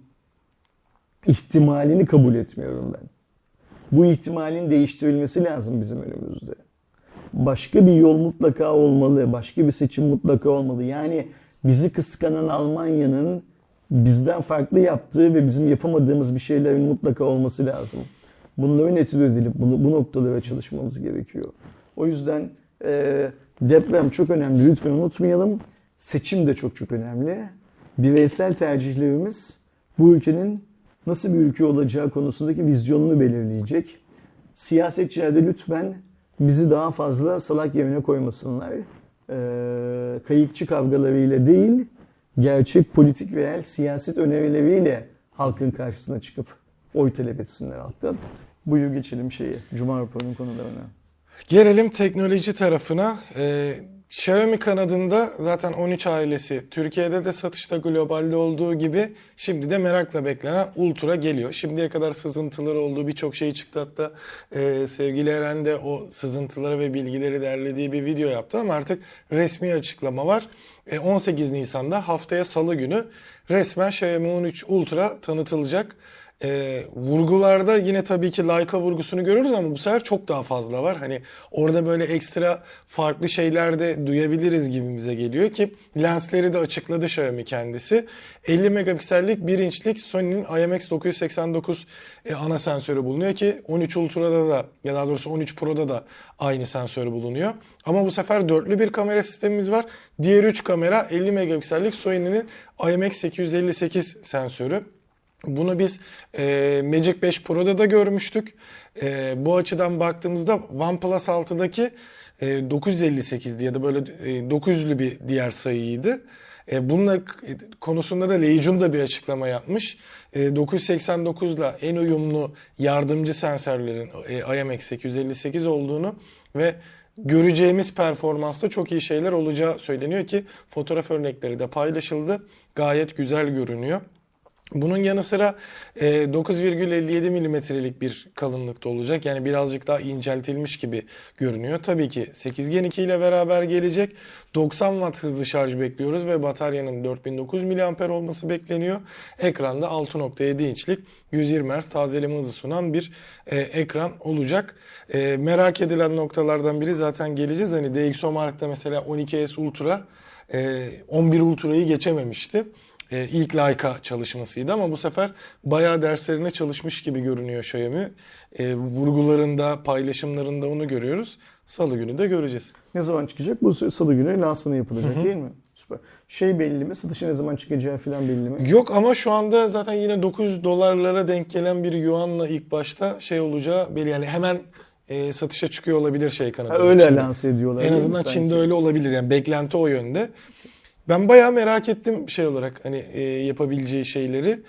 ihtimalini kabul etmiyorum ben. Bu ihtimalin değiştirilmesi lazım bizim önümüzde. Başka bir yol mutlaka olmalı, başka bir seçim mutlaka olmalı. Yani bizi kıskanan Almanya'nın bizden farklı yaptığı ve bizim yapamadığımız bir şeylerin mutlaka olması lazım. Bunların etüt edilip bu noktalara çalışmamız gerekiyor. O yüzden deprem çok önemli. Lütfen unutmayalım. Seçim de çok çok önemli. Bireysel tercihlerimiz bu ülkenin nasıl bir ülke olacağı konusundaki vizyonunu belirleyecek. Siyasetçiler de lütfen bizi daha fazla salak yerine koymasınlar. Kayıkçı kavgalarıyla değil, gerçek politik ve siyaset önerileriyle halkın karşısına çıkıp oy talep etsinler halktan. Buyur geçelim Cuma raporunun konularına. Gelelim teknoloji tarafına. Xiaomi kanadında zaten 13 ailesi Türkiye'de de satışta globalde olduğu gibi şimdi de merakla beklenen Ultra geliyor. Şimdiye kadar sızıntıları olduğu birçok şey çıktı, hatta sevgili Eren de o sızıntıları ve bilgileri derlediği bir video yaptı ama artık resmi açıklama var. 18 Nisan'da haftaya Salı günü resmen Xiaomi 13 Ultra tanıtılacak. Vurgularda yine tabii ki Leica vurgusunu görürüz ama bu sefer çok daha fazla var. Hani orada böyle ekstra farklı şeyler de duyabiliriz gibimize geliyor ki lensleri de açıkladı Xiaomi kendisi. 50 megapiksellik 1 inçlik Sony'nin IMX989 ana sensörü bulunuyor ki 13 Ultra'da da ya daha doğrusu 13 Pro'da da aynı sensör bulunuyor. Ama bu sefer dörtlü bir kamera sistemimiz var. Diğer 3 kamera 50 megapiksellik Sony'nin IMX858 sensörü. Bunu biz Magic 5 Pro'da da görmüştük. Bu açıdan baktığımızda OnePlus 6'daki 958'di ya da böyle 900'lü bir diğer sayıydı. Bununla konusunda da Leijun da bir açıklama yapmış. 989'la en uyumlu yardımcı sensörlerin IMX858 olduğunu ve göreceğimiz performansta çok iyi şeyler olacağı söyleniyor ki fotoğraf örnekleri de paylaşıldı. Gayet güzel görünüyor. Bunun yanı sıra 9,57 milimetrelik bir kalınlıkta olacak. Yani birazcık daha inceltilmiş gibi görünüyor. Tabii ki 8 Gen 2 ile beraber gelecek. 90 Watt hızlı şarj bekliyoruz ve bataryanın 4900 mAh olması bekleniyor. Ekranda 6.7 inçlik 120 Hz tazeleme hızı sunan bir ekran olacak. Merak edilen noktalardan biri zaten geleceğiz. Hani DxOMark'ta mesela 12S Ultra 11 Ultra'yı geçememişti. İlk Leica çalışmasıydı ama bu sefer bayağı derslerine çalışmış gibi görünüyor Xiaomi. Vurgularında, paylaşımlarında onu görüyoruz. Salı günü de göreceğiz. Ne zaman çıkacak? Bu Salı günü lansmanı yapılacak değil mi? Süper. Belli mi? Satışa ne zaman çıkacağı falan belli mi? Yok ama şu anda zaten yine $900 denk gelen bir yuanla ilk başta olacağı belli. Yani hemen satışa çıkıyor olabilir kanadında. Öyle lanse ediyorlar. En azından Çin'de öyle olabilir. Yani beklenti o yönde. Ben bayağı merak ettim olarak hani yapabileceği şeyleri.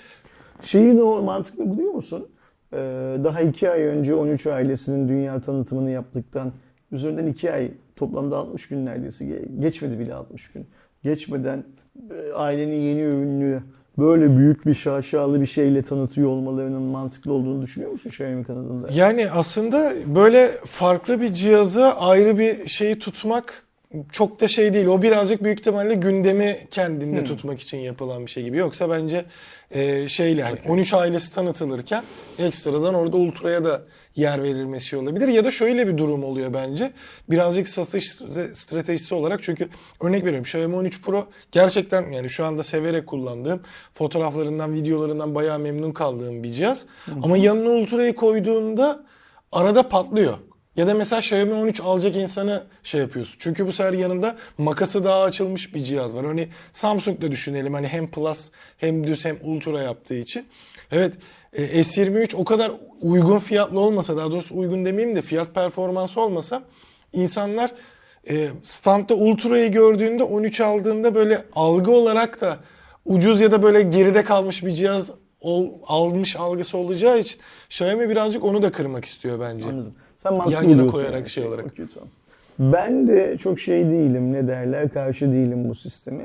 O mantıklı buluyor musun? Daha 2 ay önce 13 ailesinin dünya tanıtımını yaptıktan üzerinden 2 ay toplamda 60 gün neredeyse geçmedi bile 60 gün. Geçmeden ailenin yeni ürününü böyle büyük bir şaşalı bir şeyle tanıtıyor olmalarının mantıklı olduğunu düşünüyor musun Xiaomi kanadında? Yani aslında böyle farklı bir cihazı ayrı bir şeyi tutmak çok da değil. O birazcık büyük ihtimalle gündemi kendinde tutmak için yapılan bir şey gibi. Yoksa bence yani 13 ailesi tanıtılırken ekstradan orada Ultra'ya da yer verilmesi olabilir. Ya da şöyle bir durum oluyor bence. Birazcık satış stratejisi olarak, çünkü örnek veriyorum Xiaomi 13 Pro gerçekten yani şu anda severek kullandığım, fotoğraflarından, videolarından bayağı memnun kaldığım bir cihaz. Ama yanına Ultra'yı koyduğunda arada patlıyor. Ya da mesela Xiaomi 13 alacak insanı yapıyorsun. Çünkü bu sefer yanında makası daha açılmış bir cihaz var. Hani Samsung'da düşünelim, hani hem Plus hem düz hem Ultra yaptığı için. Evet, S23 o kadar uygun fiyatlı olmasa, daha doğrusu uygun demeyeyim de fiyat performansı olmasa, insanlar standta Ultra'yı gördüğünde 13 aldığında böyle algı olarak da ucuz ya da böyle geride kalmış bir cihaz almış algısı olacağı için Xiaomi birazcık onu da kırmak istiyor bence. Anladım. Sen mantıklı yan yana buluyorsun koyarak yani. olarak. Okay, tamam. Ben de çok değilim, karşı değilim bu sisteme.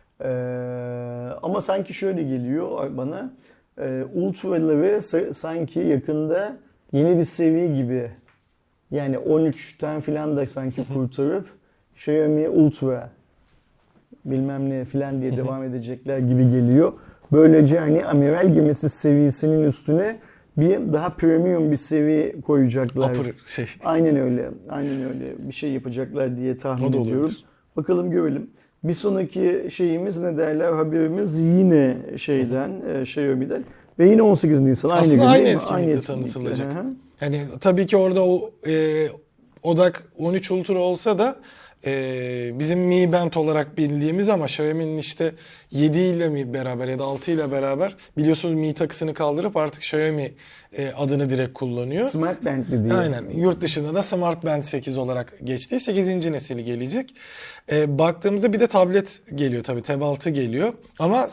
Ama sanki şöyle geliyor bana, Ultra'ları sanki yakında yeni bir seviye gibi, yani 13'ten falan da sanki kurtarıp Xiaomi Ultra bilmem ne falan diye devam edecekler gibi geliyor. Böylece hani amiral gemisi seviyesinin üstüne bir daha premium bir seviye koyacaklar. Aynen öyle. Bir şey yapacaklar diye tahmin ediyorum. Bakalım görelim. Bir sonraki şeyimiz ne derler, haberimiz yine Xiaomi'den ve yine 18 Nisan aynı Aslında gün aynı değil mi? etkinlikte etkinlikte. tanıtılacak. Hı hı. Yani tabii ki orada o odak 13 Ultra olsa da bizim Mi Band olarak bildiğimiz ama Xiaomi'nin işte 7 ile mi beraber ya da 6 ile beraber biliyorsunuz Mi takısını kaldırıp artık Xiaomi adını direkt kullanıyor. Smart Band'li diye. Aynen. Yurt dışında da Smart Band 8 olarak geçti. 8. nesili gelecek. Baktığımızda bir de tablet geliyor tabii. Tab 6 geliyor. Ama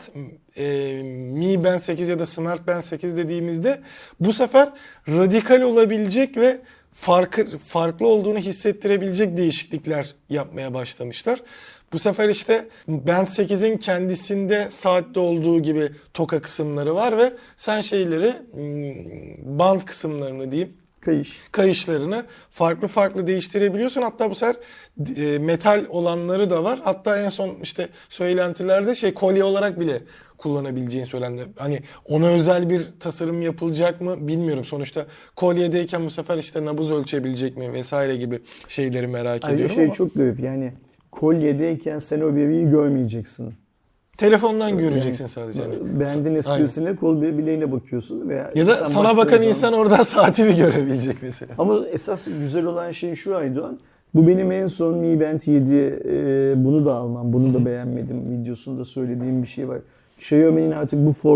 Mi Band 8 ya da Smart Band 8 dediğimizde bu sefer radikal olabilecek ve farklı olduğunu hissettirebilecek değişiklikler yapmaya başlamışlar. Bu sefer işte Band 8'in kendisinde saatte olduğu gibi toka kısımları var ve sen şeyleri band kısımlarını diyeyim kayışlarını farklı değiştirebiliyorsun. Hatta bu sefer metal olanları da var. Hatta en son işte söylentilerde kolye olarak bile kullanabileceğin söylendi. Hani ona özel bir tasarım yapılacak mı bilmiyorum. Sonuçta kolyedeyken bu sefer işte nabız ölçebilecek mi vesaire gibi şeyleri merak ediyorum ama. Çok garip yani kolyedeyken sen o veriyi görmeyeceksin. Telefondan göreceksin sadece. Band'in esprisine kol bileğine bakıyorsun. Ya da sana bakan insan oradan saati mi görebilecek mesela? Ama esas güzel olan şey şu Aydoğan. Bu benim en son Mi Band 7 bunu da almam, bunu da beğenmedim videosunda söylediğim bir şey var. Xiaomi'nin artık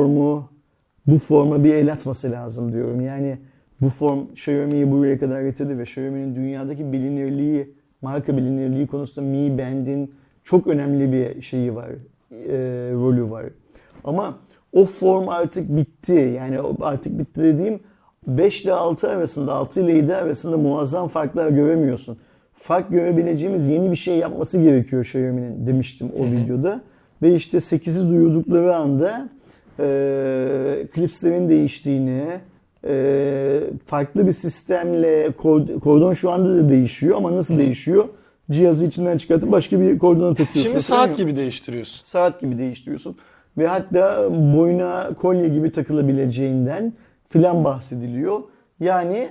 bu forma bir el atması lazım diyorum. Yani bu form Xiaomi'yi buraya kadar getirdi ve Xiaomi'nin dünyadaki bilinirliği, marka bilinirliği konusunda Mi Band'in çok önemli bir şeyi var, rolü var. Ama o form artık bitti. Yani artık bitti dediğim 5 ile 6 arasında, 6 ile 7 arasında muazzam farklar göremiyorsun. Fark görebileceğimiz yeni bir şey yapması gerekiyor Xiaomi'nin demiştim o videoda. Ve işte 8'i duyurdukları anda klipslerin değiştiğini, farklı bir sistemle kordon şu anda da değişiyor ama nasıl değişiyor? Cihazı içinden çıkartıp başka bir kordona takıyorsun. Şimdi saat gibi değiştiriyorsun. Saat gibi değiştiriyorsun. Ve hatta boyuna kolye gibi takılabileceğinden filan bahsediliyor. Yani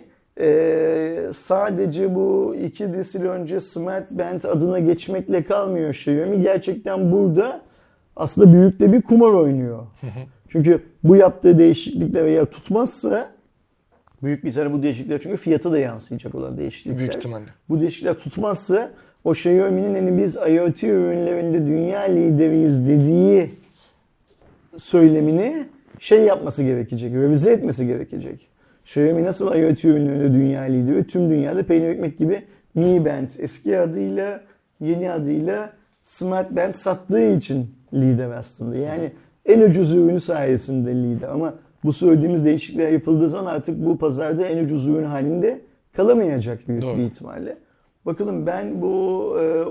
sadece bu 2 nesil önce Smart Band adına geçmekle kalmıyor Xiaomi. Gerçekten burada aslında büyük de bir kumar oynuyor. Çünkü bu yaptığı değişiklikler veya tutmazsa büyük bir tane bu değişiklikler çünkü fiyata da yansıyacak olan değişiklikler. Büyük ihtimalle. Bu değişiklikler tutmazsa o Xiaomi'nin hani biz IoT ürünlerinde dünya lideriyiz dediği söylemini yapması gerekecek, revize etmesi gerekecek. Xiaomi nasıl IoT ürünlerinde dünya lideri, tüm dünyada peynir ekmek gibi Mi Band eski adıyla, yeni adıyla Smart Band sattığı için lider aslında. Yani en ucuz ürünü sayesinde lider ama bu söylediğimiz değişiklikler yapıldığı zaman artık bu pazarda en ucuz ürün halinde kalamayacak büyük bir ihtimalle. Bakalım ben bu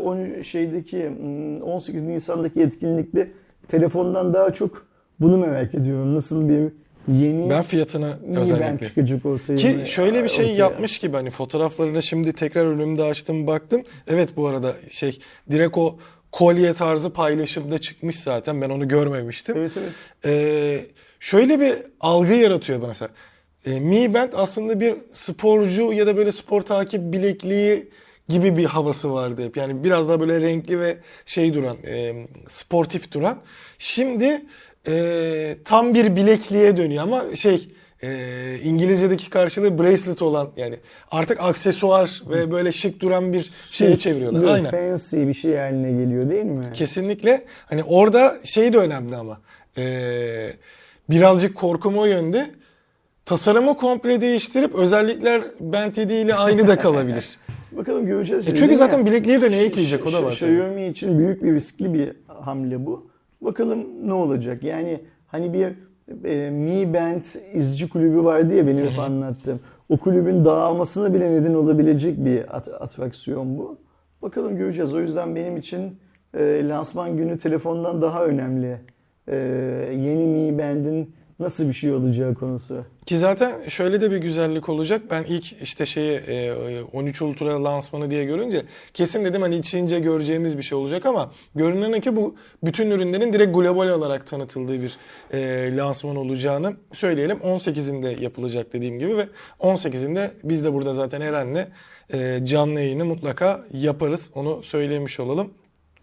18 Nisan'daki etkinlikte telefondan daha çok bunu merak ediyorum. Nasıl bir yeni ben fiyatına özellikle çıkacak ortaya. Ki şöyle bir şey yapmış gibi hani fotoğraflarına şimdi tekrar önümde açtım baktım. Evet bu arada direkt o kolye tarzı paylaşımda çıkmış zaten. Ben onu görmemiştim. Evet. Şöyle bir algı yaratıyor bana mesela. Mi Band aslında bir sporcu ya da böyle spor takip bilekliği gibi bir havası vardı hep. Yani biraz daha böyle renkli ve duran, sportif duran. Şimdi tam bir bilekliğe dönüyor ama İngilizce'deki karşılığı bracelet olan yani artık aksesuar ve böyle şık duran bir şeye çeviriyorlar. Aynen. Fancy bir şey haline geliyor değil mi? Kesinlikle. Hani orada de önemli ama birazcık korkum o yönde. Tasarımı komple değiştirip özellikler Band 7 ile aynı da kalabilir. Bakalım göreceğiz. Çünkü zaten bilekliğe de ne ekleyecek o da var. Xiaomi için büyük bir riskli bir hamle bu. Bakalım ne olacak? Yani hani bir Mi Band izci kulübü vardı ya benim hep anlattığım. O kulübün dağılmasına bile neden olabilecek bir atraksiyon bu. Bakalım göreceğiz. O yüzden benim için lansman günü telefondan daha önemli. Yeni Mi Band'in nasıl bir şey olacağı konusu. Ki zaten şöyle de bir güzellik olacak. Ben ilk 13 Ultra lansmanı diye görünce kesin dedim hani içince göreceğimiz bir şey olacak ama görünen ki bu bütün ürünlerin direkt global olarak tanıtıldığı bir lansman olacağını söyleyelim. 18'inde yapılacak dediğim gibi ve 18'inde biz de burada zaten Eren'le canlı yayını mutlaka yaparız. Onu söylemiş olalım.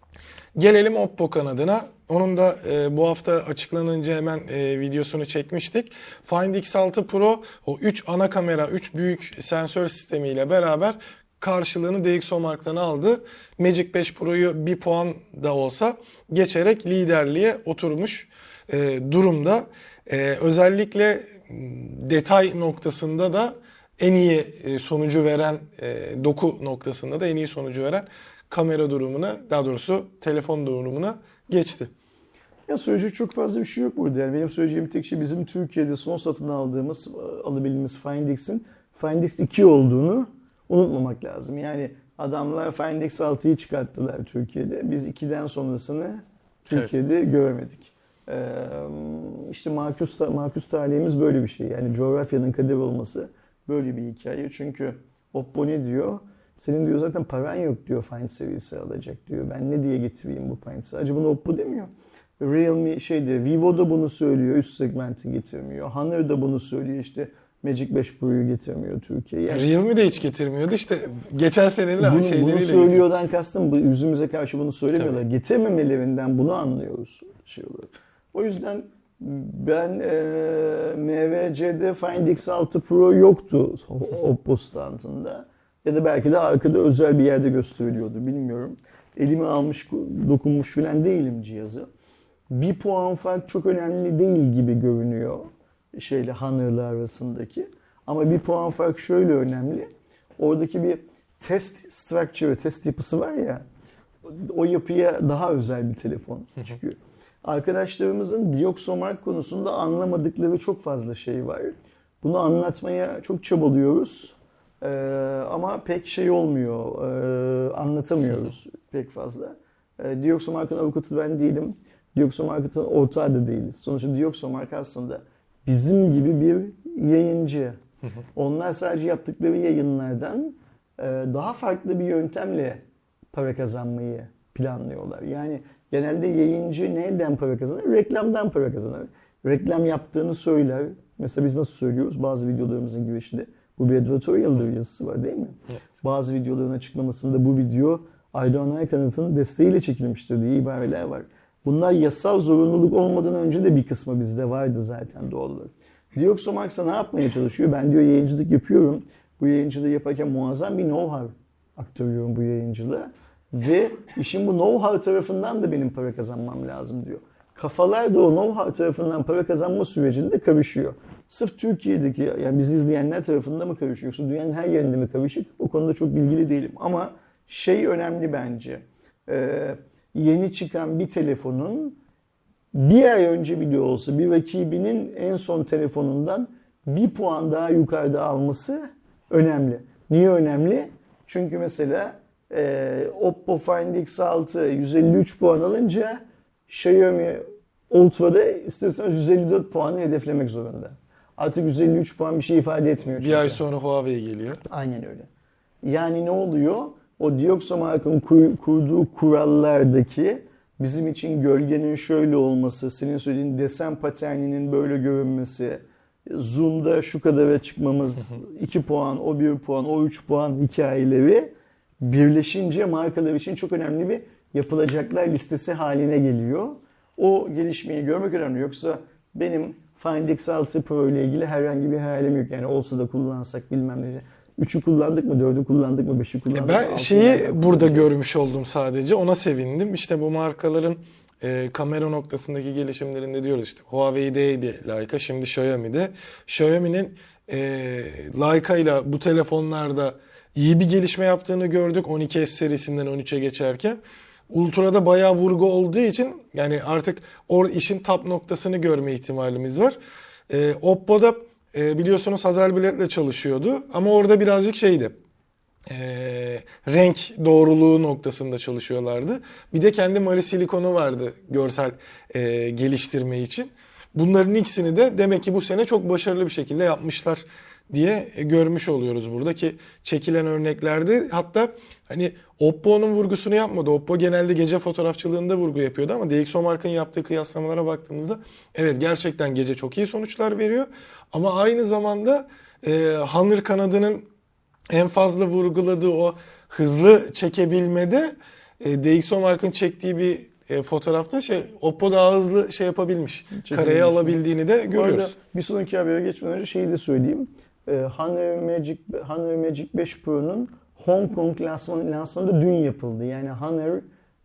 Gelelim Oppo kanadına. Onun da bu hafta açıklanınca hemen videosunu çekmiştik. Find X6 Pro o 3 ana kamera, 3 büyük sensör sistemiyle beraber karşılığını DxOMark'tan aldı. Magic 5 Pro'yu bir puan da olsa geçerek liderliğe oturmuş durumda. Özellikle detay noktasında da en iyi sonucu veren, doku noktasında da en iyi sonucu veren kamera durumuna, daha doğrusu telefon durumuna geçti. Ya söyleyecek çok fazla bir şey yok burada. Yani benim söyleyeceğim tek şey bizim Türkiye'de son satın aldığımız, alabildiğimiz Find X'in Find X2 olduğunu unutmamak lazım. Yani adamlar Find X6'yı çıkarttılar Türkiye'de. Biz 2'den sonrasını Türkiye'de göremedik. İşte Markus talihimiz böyle bir şey. Yani coğrafyanın kader olması böyle bir hikaye. Çünkü Oppo ne diyor? Senin diyor zaten paran yok diyor Find serisi alacak diyor. Ben ne diye getireyim bu Find? Sadece bunu Oppo demiyor. Realme Vivo da bunu söylüyor. Üst segmenti getirmiyor. Honor da bunu söylüyor. İşte Magic 5 Pro'yu getirmiyor Türkiye'ye. Yani Realme de hiç getirmiyordu. İşte geçen senenin şeyleriyle bunu söylüyordan kastım yüzümüze karşı bunu söylemiyorlar. Tabii. Getirmemelerinden bunu anlıyoruz. O yüzden ben MVC'de Find X6 Pro yoktu Oppo standında. Ya da belki de arkada özel bir yerde gösteriliyordu bilmiyorum. Elime almış, dokunmuş falan değilim cihazı. Bir puan fark çok önemli değil gibi görünüyor Honor'la arasındaki. Ama bir puan fark şöyle önemli. Oradaki bir test structure, test yapısı var ya, o yapıya daha özel bir telefon çıkıyor. Arkadaşlarımızın DxOMark konusunda anlamadıkları çok fazla şey var. Bunu anlatmaya çok çabalıyoruz. Ama pek şey olmuyor, anlatamıyoruz pek fazla. DxOMark'ın avukatı ben değilim. DxOMark'ın ortağı da değiliz. Sonuçta DxOMark aslında bizim gibi bir yayıncı. Onlar sadece yaptıkları yayınlardan daha farklı bir yöntemle para kazanmayı planlıyorlar. Yani genelde yayıncı neden para kazanır? Reklamdan para kazanır. Reklam yaptığını söyler. Mesela biz nasıl söylüyoruz? Bazı videolarımızın girişinde bu bir editorial yazısı var değil mi? Evet. Bazı videoların açıklamasında bu video Aydoğan Aykanıt'ın desteğiyle çekilmiştir diye ibareler var. Bunlar yasal zorunluluk olmadan önce de bir kısmı bizde vardı zaten doğal olarak. DxOMark'sa ne yapmaya çalışıyor? Ben diyor yayıncılık yapıyorum. Bu yayıncılığı yaparken muazzam bir know-how aktarıyorum bu yayıncılığa. Ve işin bu know-how tarafından da benim para kazanmam lazım diyor. Kafalar da o know-how tarafından para kazanma sürecinde karışıyor. Sırf Türkiye'deki, yani bizi izleyenler tarafında mı karışıyor? Yoksa dünyanın her yerinde mi karışık? O konuda çok bilgili değilim. Ama şey önemli bence. Yeni çıkan bir telefonun bir ay önce bile olsa bir rakibinin en son telefonundan bir puan daha yukarıda alması önemli. Niye önemli? Çünkü mesela Oppo Find X6 153 puan alınca Xiaomi Ultra'da isterseniz 154 puanı hedeflemek zorunda. Artık 153 puan bir şey ifade etmiyor. Bir ay sonra Huawei geliyor. Aynen öyle. Yani ne oluyor? O DxOMark'ın kurduğu kurallardaki bizim için gölgenin şöyle olması, senin söylediğin desen paterninin böyle görünmesi, zoom'da şu kadara çıkmamız, 2 puan, o 1 puan, o 3 puan hikayeleri birleşince markalar için çok önemli bir yapılacaklar listesi haline geliyor. O gelişmeyi görmek önemli. Yoksa benim Find X6 Pro ile ilgili herhangi bir hayalim yok. Yani olsa da kullansak bilmem ne. 3'ü kullandık mı, 4'ü kullandık mı, 5'i kullandık mı? Ben şeyi burada görmüş oldum sadece. Ona sevindim. İşte bu markaların kamera noktasındaki gelişimlerinde diyoruz işte. Huawei'deydi Leica, şimdi Xiaomi'de. Xiaomi'nin Leica ile bu telefonlarda iyi bir gelişme yaptığını gördük 12S serisinden 13'e geçerken. Ultra'da bayağı vurgu olduğu için yani artık işin top noktasını görme ihtimalimiz var. Oppo'da biliyorsunuz Hasselblad'le çalışıyordu ama orada birazcık şeydi. Renk doğruluğu noktasında çalışıyorlardı. Bir de kendi Mali silikonu vardı görsel geliştirme için. Bunların ikisini de demek ki bu sene çok başarılı bir şekilde yapmışlar diye görmüş oluyoruz burada ki çekilen örneklerde hatta hani Oppo'nun vurgusunu yapmadı. Oppo genelde gece fotoğrafçılığında vurgu yapıyordu ama DxOMark'ın yaptığı kıyaslamalara baktığımızda evet gerçekten gece çok iyi sonuçlar veriyor ama aynı zamanda Honor kanadının en fazla vurguladığı o hızlı çekebilmede DxOMark'ın çektiği bir fotoğrafta Oppo daha hızlı yapabilmiş. Kareye alabildiğini de Bu arada görüyoruz. bir sonraki habere geçmeden önce şeyi de söyleyeyim. Honor Magic 5 Pro'nun Hong Kong lansmanı da dün yapıldı. Yani Honor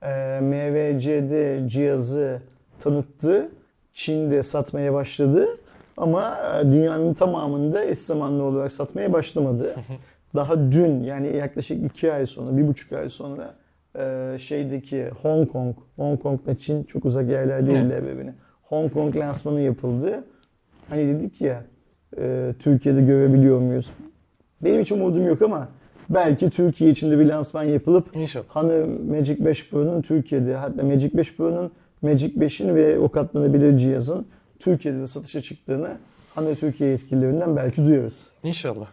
MVC'de cihazı tanıttı. Çin'de satmaya başladı. Ama dünyanın tamamında eş zamanlı olarak satmaya başlamadı. Daha dün, yani yaklaşık 2 ay sonra, 1,5 ay sonra şeydeki Hong Kong'la Çin çok uzak yerler değiller birbirine. Hong Kong lansmanı yapıldı. Hani dedik ya Türkiye'de görebiliyor muyuz? Benim hiç umudum yok ama belki Türkiye içinde bir lansman yapılıp İnşallah. Honor Magic 5 Pro'nun Türkiye'de, hatta Magic 5 Pro'nun Magic 5'in ve o katlanabilir cihazın Türkiye'de de satışa çıktığını Honor Türkiye yetkililerinden belki duyarız. İnşallah.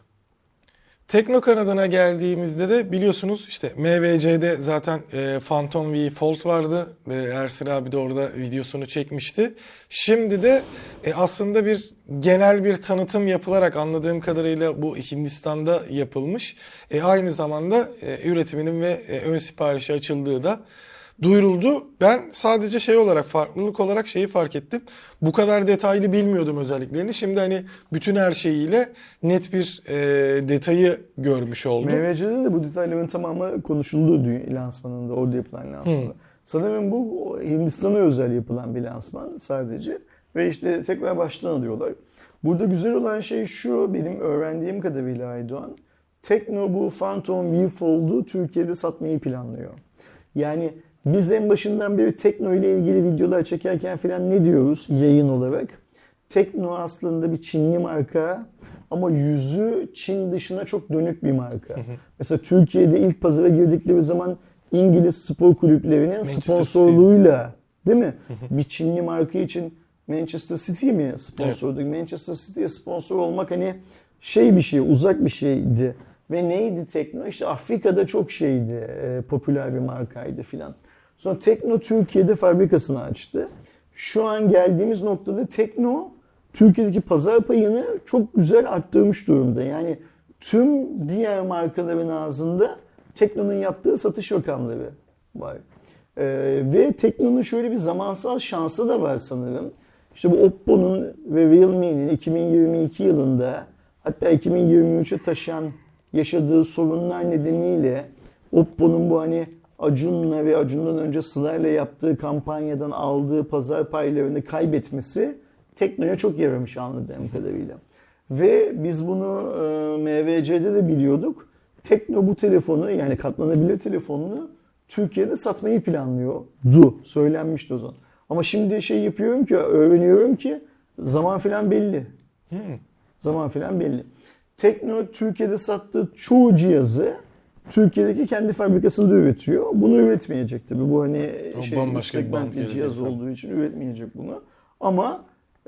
Tekno kanadına geldiğimizde de biliyorsunuz işte MVC'de zaten Phantom V Fold vardı. Ersin abi de orada videosunu çekmişti. Şimdi de aslında bir genel bir tanıtım yapılarak anladığım kadarıyla bu Hindistan'da yapılmış. Aynı zamanda üretiminin ve ön siparişi açıldığı da duyuruldu. Ben sadece olarak, farklılık olarak şeyi fark ettim. Bu kadar detaylı bilmiyordum özelliklerini. Şimdi hani bütün her şeyiyle net bir detayı görmüş oldum. MVC'de de bu detayların tamamı konuşuldu lansmanında, orada yapılan lansmanda. Sanırım bu Hindistan'a özel yapılan bir lansman sadece. Ve işte tekrar baştan alıyorlar. Burada güzel olan şey şu, benim öğrendiğim kadarıyla Aydoğan. Tekno bu Phantom V Fold'u Türkiye'de satmayı planlıyor. Yani biz en başından beri Tekno ile ilgili videolar çekerken falan ne diyoruz yayın olarak? Tekno aslında bir Çinli marka ama yüzü Çin dışına çok dönük bir marka. Mesela Türkiye'de ilk pazara girdikleri zaman İngiliz spor kulüplerinin sponsorluğuyla, değil mi? Bir Çinli marka için Manchester City mi sponsordu? Evet. Manchester City'ye sponsor olmak hani bir şey, uzak bir şeydi. Ve neydi Tekno? İşte Afrika'da çok popüler bir markaydı filan. Sonra Tekno Türkiye'de fabrikasını açtı. Şu an geldiğimiz noktada Tekno Türkiye'deki pazar payını çok güzel arttırmış durumda. Yani tüm diğer markaların ağzında Tekno'nun yaptığı satış rakamları var. Ve Tekno'nun şöyle bir zamansal şansı da var sanırım. İşte bu Oppo'nun ve Realme'nin 2022 yılında hatta 2023'e taşıyan yaşadığı sorunlar nedeniyle Oppo'nun bu hani Acun'la ve Acun'dan önce Sıla'yla yaptığı kampanyadan aldığı pazar paylarını kaybetmesi Tekno'ya çok yaramış anladığım kadarıyla. Ve biz bunu MVC'de de biliyorduk. Tekno bu telefonu, yani katlanabilir telefonunu Türkiye'de satmayı planlıyordu. Söylenmişti o zaman. Ama şimdi yapıyorum ki, öğreniyorum ki zaman filan belli. Zaman filan belli. Tekno Türkiye'de sattığı çoğu cihazı Türkiye'deki kendi fabrikasında üretiyor. Bunu üretmeyecek tabii. Bu hani segment cihaz olduğu için üretmeyecek bunu. Ama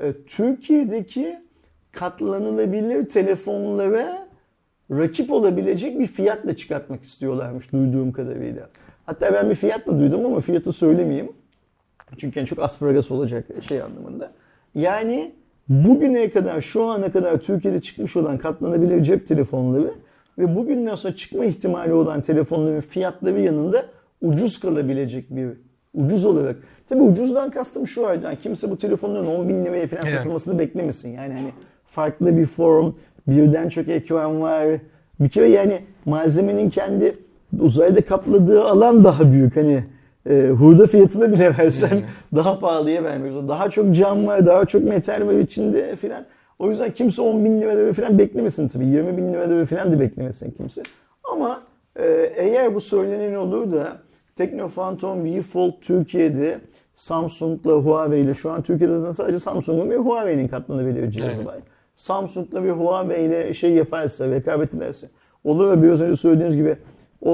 Türkiye'deki katlanılabilir telefonlara rakip olabilecek bir fiyatla çıkartmak istiyorlarmış duyduğum kadarıyla. Hatta ben bir fiyatla duydum ama fiyatı söylemeyeyim. Çünkü yani çok asparagas olacak anlamında. Yani bugüne kadar, şu ana kadar Türkiye'de çıkmış olan katlanabilir cep telefonları ve bugünden sonra çıkma ihtimali olan telefonların fiyatları yanında ucuz kalabilecek ucuz olarak. Tabii ucuzdan kastım şu aydan. Kimse bu telefonların 10.000 liraya falan satılmasını beklemesin. Yani hani farklı bir form, birden çok ekran var. Bir kere yani malzemenin kendi uzayda kapladığı alan daha büyük. Hani hurda fiyatına bile versen daha pahalıya vermiyoruz. Daha çok cam var, daha çok metal var içinde filan. O yüzden kimse 10.000 lira falan beklemesin tabii. 20.000 lira falan da beklemesin kimse. Ama eğer bu söylenen olur da Tekno Phantom V Fold Türkiye'de Samsung'la Huawei ile, şu an Türkiye'de sadece Samsung'un ve Huawei'nin katlanabilir cihazı var. Samsung'la ve Huawei ile yaparsa, rekabet ederse olur ve biraz önce söylediğiniz gibi o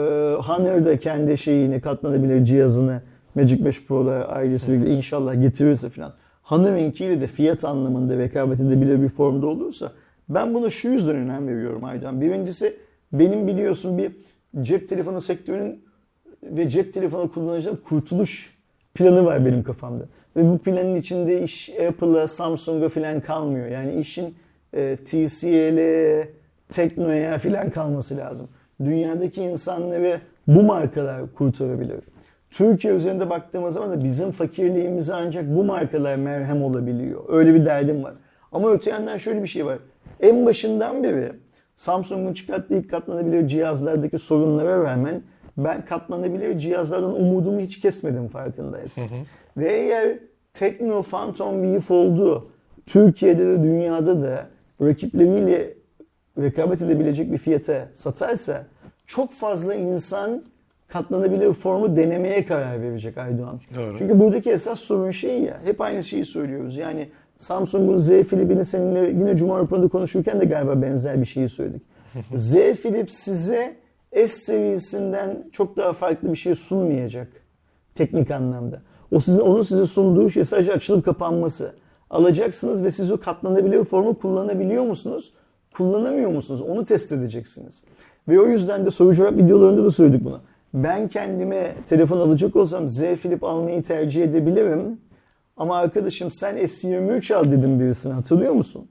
Honor da kendi katlanabilir cihazını Magic 5 Pro'la ailesiyle inşallah getirirse falan. Honor'inkiyle de fiyat anlamında rekabet edebilir bir formda olursa ben buna şu yüzden önem veriyorum Aydan. Birincisi benim biliyorsun bir cep telefonu sektörünün ve cep telefonu kullanıcıların kurtuluş planı var benim kafamda. Ve bu planın içinde iş Apple'a, Samsung'a falan kalmıyor. Yani işin TCL'e, Tekno'ya falan kalması lazım. Dünyadaki insanları bu markalar kurtarabilir. Türkiye üzerinde baktığımız zaman da bizim fakirliğimize ancak bu markalar merhem olabiliyor. Öyle bir derdim var. Ama öte yandan şöyle bir şey var. En başından beri Samsung'un çıkarttığı ilk katlanabilir cihazlardaki sorunlara rağmen ben katlanabilir cihazlardan umudumu hiç kesmedim farkındaysan. Ve eğer Tecno Phantom V Fold'u Türkiye'de de dünyada da rakipleriyle rekabet edebilecek bir fiyata satarsa çok fazla insan katlanabilir formu denemeye karar verecek Aydoğan. Doğru. Çünkü buradaki esas sorun şey ya, hep aynı şeyi söylüyoruz. Yani Samsung'un Z Flip'ini seninle yine Cuma Avrupa'da konuşurken de galiba benzer bir şeyi söyledik. Z Flip size S seviyesinden çok daha farklı bir şey sunmayacak teknik anlamda. Onun size sunduğu şey sadece açılıp kapanması. Alacaksınız ve siz o katlanabilir formu kullanabiliyor musunuz? Kullanamıyor musunuz? Onu test edeceksiniz. Ve o yüzden de soru cevap videolarında da söyledik bunu. Ben kendime telefon alacak olsam Z Flip almayı tercih edebilirim. Ama arkadaşım sen S23 al dedim birisine, hatırlıyor musun?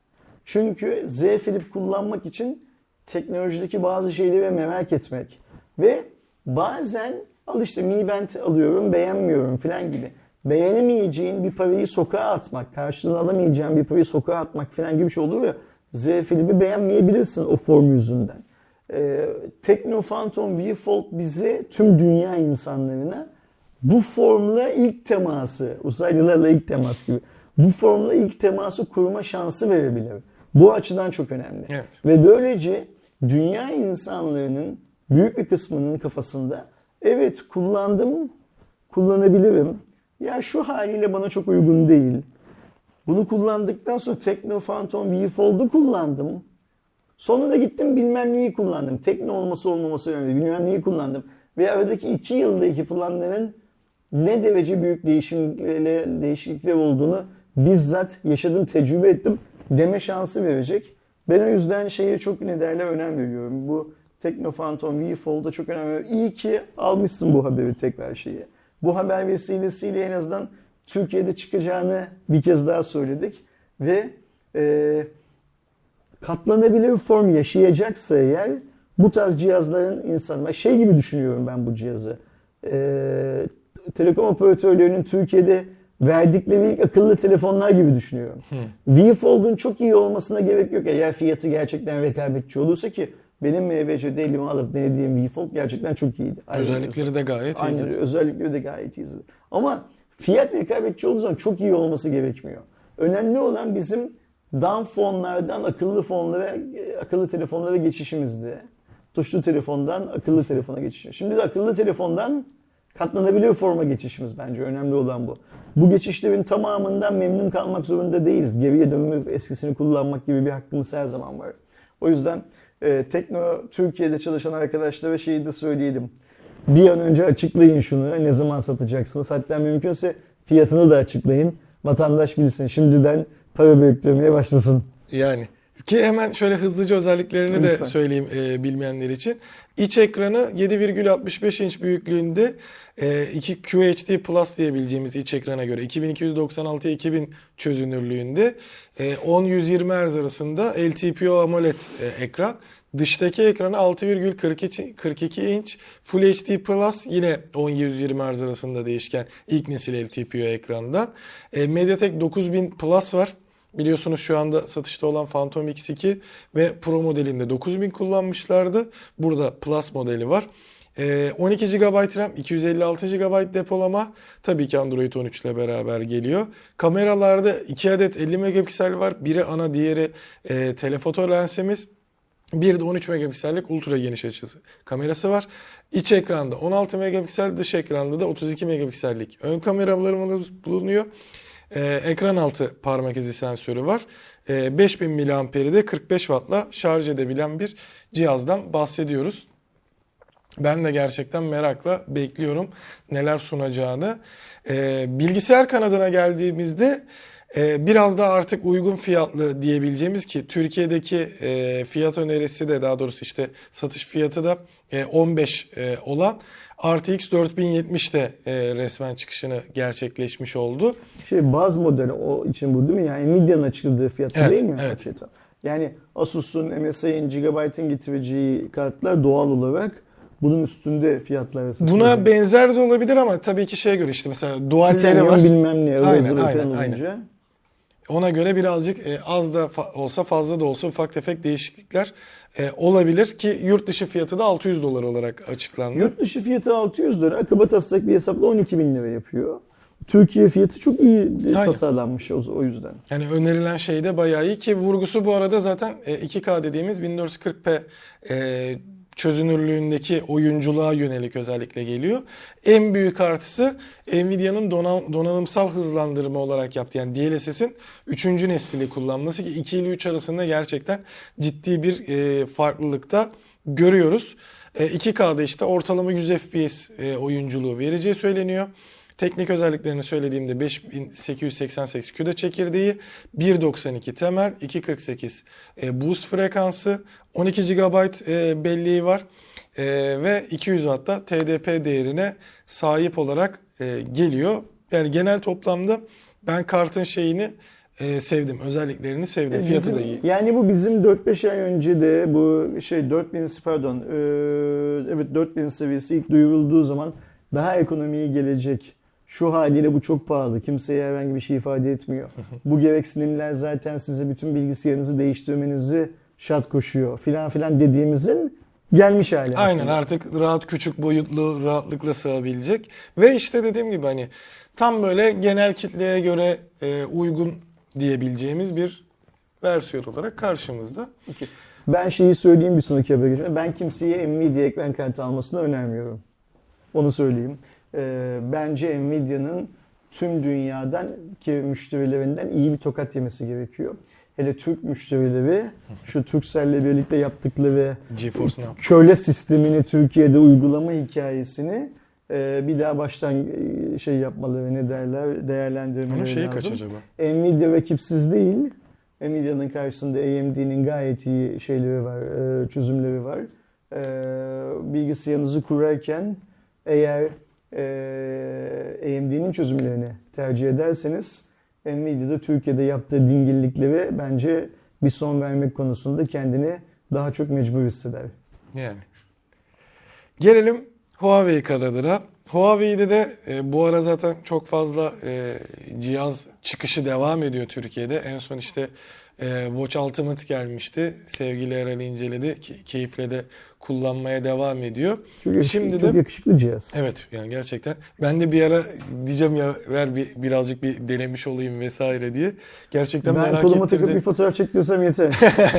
Çünkü Z Flip kullanmak için teknolojideki bazı şeyleri merak etmek. Ve bazen al işte Mi Band alıyorum beğenmiyorum falan gibi. Beğenemeyeceğin bir parayı sokağa atmak, karşılığını alamayacağın bir parayı sokağa atmak falan gibi bir şey oluyor ya. Z Flip'i beğenmeyebilirsin o form yüzünden. Tecno Phantom V Fold bize tüm dünya insanlarına bu formla ilk teması, uzaylılarla ilk temas gibi, bu formla ilk teması kurma şansı verebilir. Bu açıdan çok önemli. Evet. Ve böylece dünya insanlarının büyük bir kısmının kafasında evet kullandım, kullanabilirim. Ya şu haliyle bana çok uygun değil. Bunu kullandıktan sonra Tecno Phantom V Fold'u kullandım. Sonra da gittim bilmem neyi kullandım. Tekno olması olmaması önemli. Bilmem neyi kullandım. Ve aradaki 2 yılda yapılanların ne derece büyük değişiklikler olduğunu bizzat yaşadım, tecrübe ettim deme şansı verecek. Ben o yüzden şeye çok nedeniyle önem veriyorum. Bu Tecno Phantom V Fold'a çok önem veriyorum. İyi ki almışsın bu haberi tekrar şeyi. Bu haber vesilesiyle en azından Türkiye'de çıkacağını bir kez daha söyledik. Ve katlanabilir form yaşayacaksa eğer bu tarz cihazların insanlar şey gibi düşünüyorum ben bu cihazı. Telekom operatörlerinin Türkiye'de verdikleri ilk akıllı telefonlar gibi düşünüyorum. V Fold'un çok iyi olmasına gerek yok. Eğer fiyatı gerçekten rekabetçi olursa ki benim MVC'de elime alıp denediğim V Fold gerçekten çok iyiydi. Özellikleri de gayet Aynen, iyiydi. özellikleri de gayet iyiydi. Ama fiyat rekabetçi olduğu zaman çok iyi olması gerekmiyor. Önemli olan bizim dumb fonlardan akıllı fonlara, akıllı telefonlara geçişimizdi. Tuşlu telefondan akıllı telefona geçişimiz. Şimdi de akıllı telefondan katlanabilir forma geçişimiz bence önemli olan bu. Bu geçişlerin tamamından memnun kalmak zorunda değiliz. Geriye dönüp eskisini kullanmak gibi bir hakkımız her zaman var. O yüzden Tecno Türkiye'de çalışan arkadaşlara şeyi de söyleyelim. Bir an önce açıklayın şunu. Ne zaman satacaksınız? Hatta mümkünse fiyatını da açıklayın. Vatandaş bilsin. Şimdiden para biriktirmeye başlasın. Yani ki hemen şöyle hızlıca özelliklerini de Lütfen söyleyeyim bilmeyenler için. İç ekranı 7,65 inç büyüklüğünde 2 QHD Plus diyebileceğimiz iç ekrana göre 2296'ya 2000 çözünürlüğünde 10-120 Hz arasında LTPO AMOLED ekran. Dıştaki ekranı 6,42 inç Full HD Plus yine 10-120 Hz arasında değişken ilk nesil LTPO ekrandan. MediaTek 9000 Plus var. Biliyorsunuz şu anda satışta olan Phantom X2 ve Pro modelinde 9000 kullanmışlardı. Burada Plus modeli var. 12 GB RAM, 256 GB depolama. Tabii ki Android 13 ile beraber geliyor. Kameralarda 2 adet 50 megapiksel var. Biri ana, diğeri telefoto lensimiz. Bir de 13 megapiksellik ultra geniş açısı kamerası var. İç ekranda 16 megapiksel, dış ekranda da 32 megapiksellik ön kameralarımız bulunuyor. Ekran altı parmak izi sensörü var. 5000 mAh'i de 45 Watt'la şarj edebilen bir cihazdan bahsediyoruz. Ben de gerçekten merakla bekliyorum neler sunacağını. Bilgisayar kanadına geldiğimizde biraz daha artık uygun fiyatlı diyebileceğimiz ki Türkiye'deki fiyat önerisi de daha doğrusu işte satış fiyatı da 15 olan RTX 4070 de resmen çıkışını gerçekleşmiş oldu. Baz modeli o için bu değil mi? Yani Nvidia'nın açıkladığı fiyatı Evet, değil mi? evet. Yani Asus'un, MSI'nin, Gigabyte'ın getireceği kartlar doğal olarak bunun üstünde fiyatlara satılıyor. Buna benzer de olabilir ama tabii ki şeye göre işte mesela dualleri Titanium var. bilmem ne. Aynen, Aynen, aynen, olunca. aynen. Ona göre birazcık az da olsa fazla da olsa ufak tefek değişiklikler olabilir ki yurt dışı fiyatı da 600 dolar olarak açıklandı. Yurt dışı fiyatı 600 lira. Akıba taslak bir hesapla 12 bin lira yapıyor. Türkiye fiyatı çok iyi Aynen. tasarlanmış o yüzden. Yani önerilen şey de bayağı iyi ki vurgusu bu arada zaten 2K dediğimiz 1440p çözünürlüğündeki oyunculuğa yönelik özellikle geliyor. En büyük artısı Nvidia'nın donanımsal hızlandırma olarak yaptı. Yani DLSS'in 3. neslini kullanması ki 2 ile 3 arasında gerçekten ciddi bir farklılıkta görüyoruz. 2K'da işte ortalama 100 FPS oyunculuğu vereceği söyleniyor. Teknik özelliklerini söylediğimde 5888 CUDA çekirdeği, 1.92 temel, 2.48 boost frekansı, 12 GB belleği var ve 200 Watt'ta TDP değerine sahip olarak geliyor. Yani genel toplamda ben kartın şeyini sevdim, özelliklerini sevdim. Fiyatı da iyi. Yani bu bizim 4-5 ay önce de bu 4000 seviyesi ilk duyurulduğu zaman daha ekonomiye gelecek. Şu haliyle bu çok pahalı. Kimseye herhangi bir şey ifade etmiyor. Bu gereksinimler zaten size bütün bilgisayarınızı değiştirmenizi şart koşuyor filan filan dediğimizin gelmiş hali aslında. Aynen, artık rahat küçük boyutlu rahatlıkla sığabilecek. Ve işte dediğim gibi hani tam böyle genel kitleye göre uygun diyebileceğimiz bir versiyon olarak karşımızda. Okay. Ben şeyi söyleyeyim bir sonraki habere geçmeden. Ben kimseye Nvidia ekran kartı almasını önermiyorum. Onu söyleyeyim. Bence Nvidia'nın tüm dünyadan ki müşterilerinden iyi bir tokat yemesi gerekiyor. Hele Türk müşterileri şu Turkcell'le birlikte yaptıkları GeForce Now köle sistemini Türkiye'de uygulama hikayesini bir daha baştan yapmaları, ne derler, değerlendirmeleri onun şeyi lazım. kaç acaba? Nvidia rakipsiz değil. Nvidia'nın karşısında AMD'nin gayet iyi şeyleri var, çözümleri var. Bilgisayarınızı kurarken eğer AMD'nin çözümlerini tercih ederseniz Nvidia'da Türkiye'de yaptığı dingillikleri bence bir son vermek konusunda kendini daha çok mecbur hisseder. Yani. Gelelim Huawei kanadına. Huawei'de de bu ara zaten çok fazla cihaz çıkışı devam ediyor Türkiye'de. En son işte Watch Ultimate gelmişti. Sevgili Eren inceledi. Keyifle de kullanmaya devam ediyor. Şimdi çok yakışıklı cihaz. Evet, yani gerçekten. Ben de bir ara diyeceğim ya ver birazcık bir denemiş olayım vesaire diye. Gerçekten merak ettirdi. Ben koluma takıp bir fotoğraf çektirsem yeter.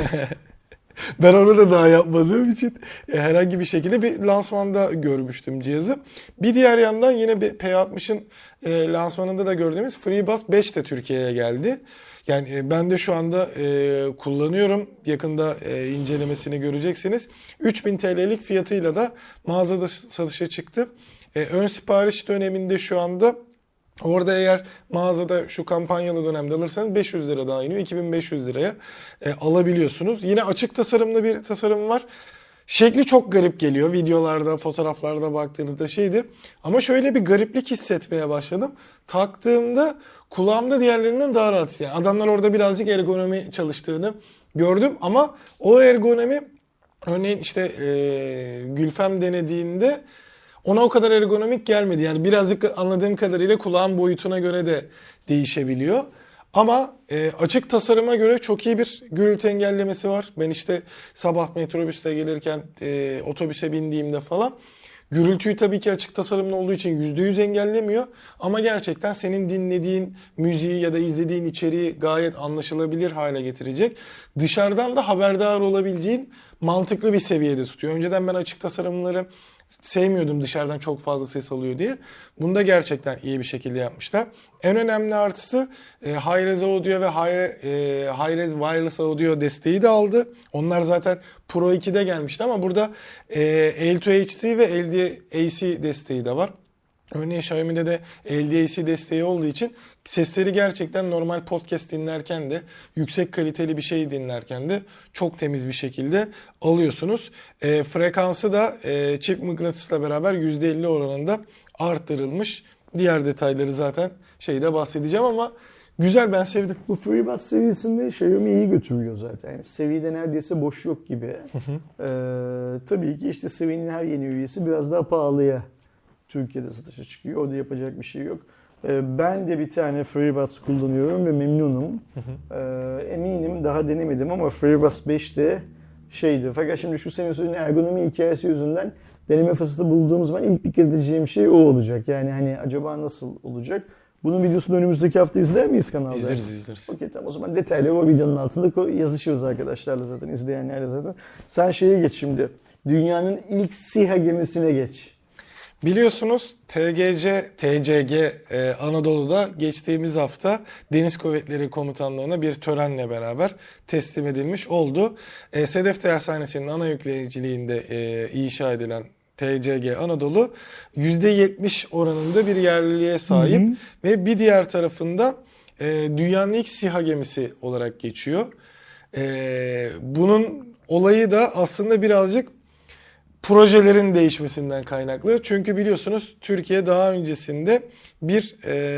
Ben onu da daha yapmadığım için herhangi bir şekilde bir lansmanda görmüştüm cihazı. Bir diğer yandan yine bir P60'ın lansmanında da gördüğümüz FreeBuds 5 de Türkiye'ye geldi. Yani ben de şu anda kullanıyorum. Yakında incelemesini göreceksiniz. 3000 TL'lik fiyatıyla da mağazada satışa çıktı. Ön sipariş döneminde şu anda orada eğer mağazada şu kampanyalı dönemde alırsanız 500 lira daha iniyor. 2500 liraya alabiliyorsunuz. Yine açık tasarımlı bir tasarım var. Şekli çok garip geliyor. Videolarda, fotoğraflarda baktığınızda şeydir. Ama şöyle bir gariplik hissetmeye başladım. Taktığımda kulağımda diğerlerinden daha rahat. Yani adamlar orada birazcık ergonomi çalıştığını gördüm. Ama o ergonomi örneğin işte Gülfem denediğinde ona o kadar ergonomik gelmedi. Yani birazcık anladığım kadarıyla kulağın boyutuna göre de değişebiliyor. Ama açık tasarıma göre çok iyi bir gürültü engellemesi var. Ben işte sabah metrobüste gelirken otobüse bindiğimde falan gürültüyü tabii ki açık tasarımlı olduğu için %100 engellemiyor. Ama gerçekten senin dinlediğin müziği ya da izlediğin içeriği gayet anlaşılabilir hale getirecek. Dışarıdan da haberdar olabileceğin mantıklı bir seviyede tutuyor. Önceden ben açık tasarımları sevmiyordum, dışarıdan çok fazla ses alıyor diye. Bunu da gerçekten iyi bir şekilde yapmışlar. En önemli artısı Hi-Res Audio ve Hi-Res Wireless Audio desteği de aldı. Onlar zaten Pro 2'de gelmişti ama burada L2HC ve LDAC desteği de var. Örneğin Xiaomi'de de LDAC desteği olduğu için sesleri gerçekten normal podcast dinlerken de yüksek kaliteli bir şey dinlerken de çok temiz bir şekilde alıyorsunuz. Frekansı da çift mıknatısla beraber %50 oranında arttırılmış. Diğer detayları zaten bahsedeceğim ama Güzel, ben sevdim. Bu FreeBuds seviyesinde Xiaomi iyi götürüyor zaten. Yani seviyede neredeyse boş yok gibi. Tabii ki işte sevinin her yeni üyesi biraz daha pahalıya Türkiye'de satışa çıkıyor. O da yapacak bir şey yok. Ben de bir tane FreeBuds kullanıyorum ve memnunum. Eminim daha denemedim ama FreeBuds 5'te şeydi. Fakat şimdi şu senin söylediğin ergonomi hikayesi yüzünden deneme fırsatı bulduğum zaman ilk dikkat edeceğim şey o olacak. Yani hani acaba nasıl olacak? Bunun videosunu önümüzdeki hafta izler miyiz kanalda? İzleriz. Okey, tamam, o zaman detaylı o videonun altında yazışıyoruz arkadaşlarla zaten, izleyenlerle zaten. Sen şeye geç şimdi. Dünyanın ilk SİHA gemisine geç. Biliyorsunuz TCG Anadolu'da geçtiğimiz hafta Deniz Kuvvetleri Komutanlığı'na bir törenle beraber teslim edilmiş oldu. Sedef Tersanesi'nin ana yükleyiciliğinde inşa edilen TCG Anadolu %70 oranında bir yerliliğe sahip ve bir diğer tarafında dünyanın ilk SİHA gemisi olarak geçiyor. Bunun olayı da aslında birazcık projelerin değişmesinden kaynaklı. Çünkü biliyorsunuz Türkiye daha öncesinde bir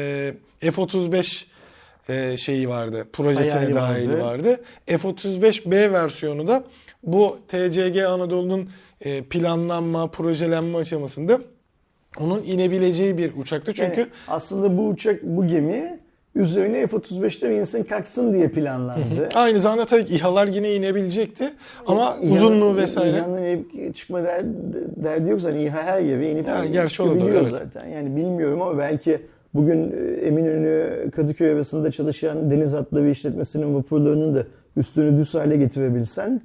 F-35 şeyi vardı. Projesine dahil vardı. F-35B versiyonu da bu TCG Anadolu'nun planlanma, projelenme aşamasında onun inebileceği bir uçaktı. Çünkü yani aslında bu gemi üzerine F-35'ten insin kalksın diye planlandı. Aynı zamanda tabii ki İHA'lar yine inebilecekti ama uzunluğu vesaire. İHA'nın çıkma derdi yok zaten. İHA her yere inip çıkabiliyor evet. Zaten. Yani bilmiyorum ama belki bugün Eminönü Kadıköy arasında çalışan deniz hatları işletmesinin vapurlarının da üstünü düz hale getirebilsen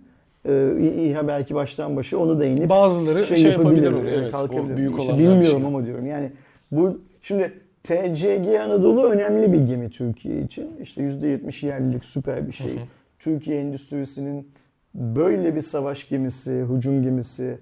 İHA belki baştan başa onu da inip bazıları şey yapabilir oraya, evet, kalkabilir. o büyük İşte olanlar bilmiyorum şey. ama diyorum. Yani bu şimdi TCG Anadolu önemli bir gemi Türkiye için. İşte %70 yerlilik süper bir şey. Türkiye endüstrisinin böyle bir savaş gemisi, hücum gemisi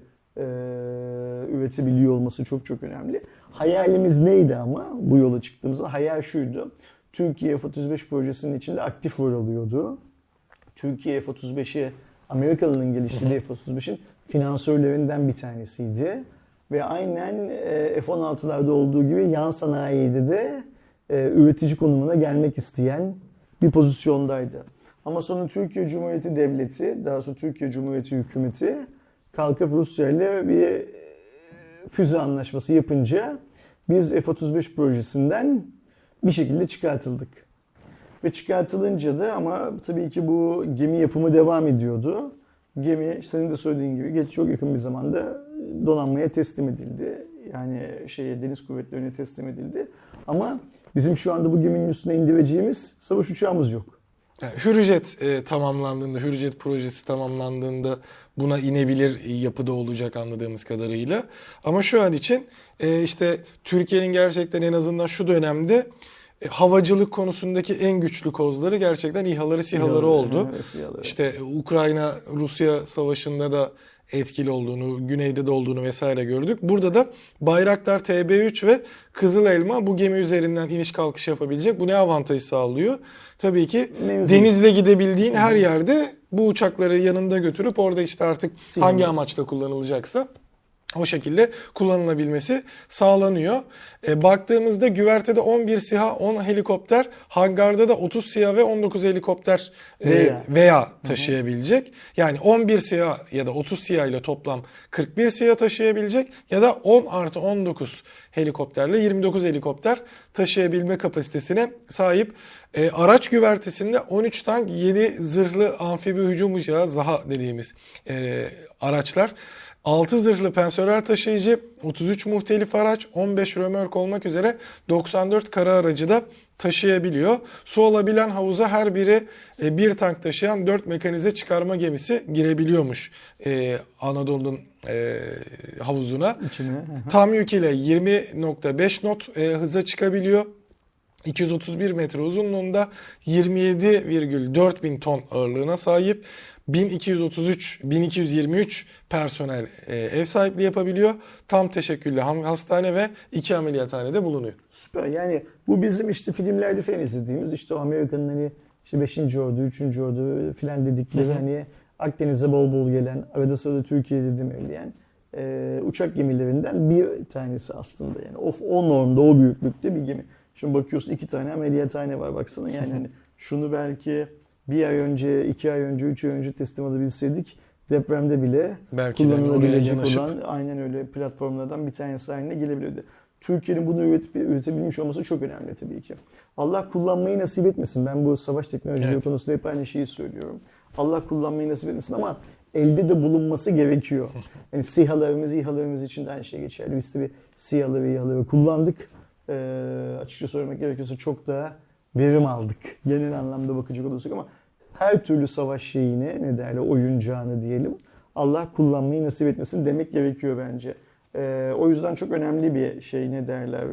üretebiliyor olması çok çok önemli. Hayalimiz neydi ama bu yola çıktığımızda? Hayal şuydu. Türkiye F-35 projesinin içinde aktif rol alıyordu. Türkiye F-35'i Amerikalı'nın geliştirdiği F-35'in finansörlerinden bir tanesiydi. Ve aynen F-16'larda olduğu gibi yan sanayide de üretici konumuna gelmek isteyen bir pozisyondaydı. Ama sonra Türkiye Cumhuriyeti Devleti, daha sonra Türkiye Cumhuriyeti Hükümeti kalkıp Rusya ile bir füze anlaşması yapınca biz F-35 projesinden bir şekilde çıkartıldık. Ve çıkartılınca da ama tabii ki bu gemi yapımı devam ediyordu. Gemi senin de söylediğin gibi çok yakın bir zamanda donanmaya teslim edildi. Yani Deniz Kuvvetleri'ne teslim edildi. Ama bizim şu anda bu geminin üstüne indireceğimiz savaş uçağımız yok. Yani Hürjet tamamlandığında, Hürjet projesi tamamlandığında buna inebilir yapıda olacak anladığımız kadarıyla. Ama şu an için işte Türkiye'nin gerçekten en azından şu dönemde havacılık konusundaki en güçlü kozları gerçekten İHA'ları, SİHA'ları oldu. İşte Ukrayna-Rusya savaşında da etkili olduğunu, güneyde de olduğunu vesaire gördük. Burada da Bayraktar TB3 ve Kızıl Elma bu gemi üzerinden iniş kalkış yapabilecek. Bu ne avantajı sağlıyor? Tabii ki denizle gidebildiğin her yerde bu uçakları yanında götürüp orada işte artık hangi amaçla kullanılacaksa o şekilde kullanılabilmesi sağlanıyor. Baktığımızda güvertede 11 SİHA, 10 helikopter, hangarda da 30 SİHA ve 19 helikopter veya taşıyabilecek. Yani 11 SİHA ya da 30 SİHA ile toplam 41 SİHA taşıyabilecek ya da 10+19 helikopterle 29 helikopter taşıyabilme kapasitesine sahip. Araç güvertesinde 13 tank, 7 zırhlı amfibi hücum uçağı, ZAHA dediğimiz araçlar, 6 zırhlı pensörer taşıyıcı, 33 muhtelif araç, 15 römork olmak üzere 94 kara aracı da taşıyabiliyor. Su alabilen havuza her biri bir tank taşıyan 4 mekanize çıkarma gemisi girebiliyormuş Anadolu'nun havuzuna. Tam yük ile 20.5 knot hıza çıkabiliyor. 231 metre uzunluğunda 27,4 bin ton ağırlığına sahip. 1223 personel ev sahipliği yapabiliyor. Tam teşekküllü hastane ve 2 ameliyathanede bulunuyor. Süper. Yani bu bizim işte filmlerde falan izlediğimiz işte o Amerika'nın hani işte 5. ordu, 3. ordu filan dedikleri hani Akdeniz'e bol bol gelen, arada sırada Türkiye'de demeyen uçak gemilerinden bir tanesi aslında. Yani o normda, o büyüklükte bir gemi. Şimdi bakıyorsun 2 tane ameliyathane var baksana yani hani şunu belki 1 ay önce, 2 ay önce, 3 ay önce teslim alabilseydik depremde bile Belki de oraya kullanılabilecek yanaşıp olan aynen öyle platformlardan bir tanesi haline gelebilirdi. Türkiye'nin bunu üretebilmiş olması çok önemli tabii ki. Allah kullanmayı nasip etmesin. Ben bu savaş teknolojileri konusunda hep aynı şeyi söylüyorum. Allah kullanmayı nasip etmesin ama elde de bulunması gerekiyor. Yani İHA'larımız için de aynı şey geçerli. Biz tabii SİHA'ları ve İHA'ları kullandık. Açıkça söylemek gerekiyorsa çok daha verim aldık. Genel anlamda bakacak olursak ama her türlü savaş şeyine ne derler oyuncağını diyelim. Allah kullanmayı nasip etmesin demek gerekiyor bence. O yüzden çok önemli bir şey ne derler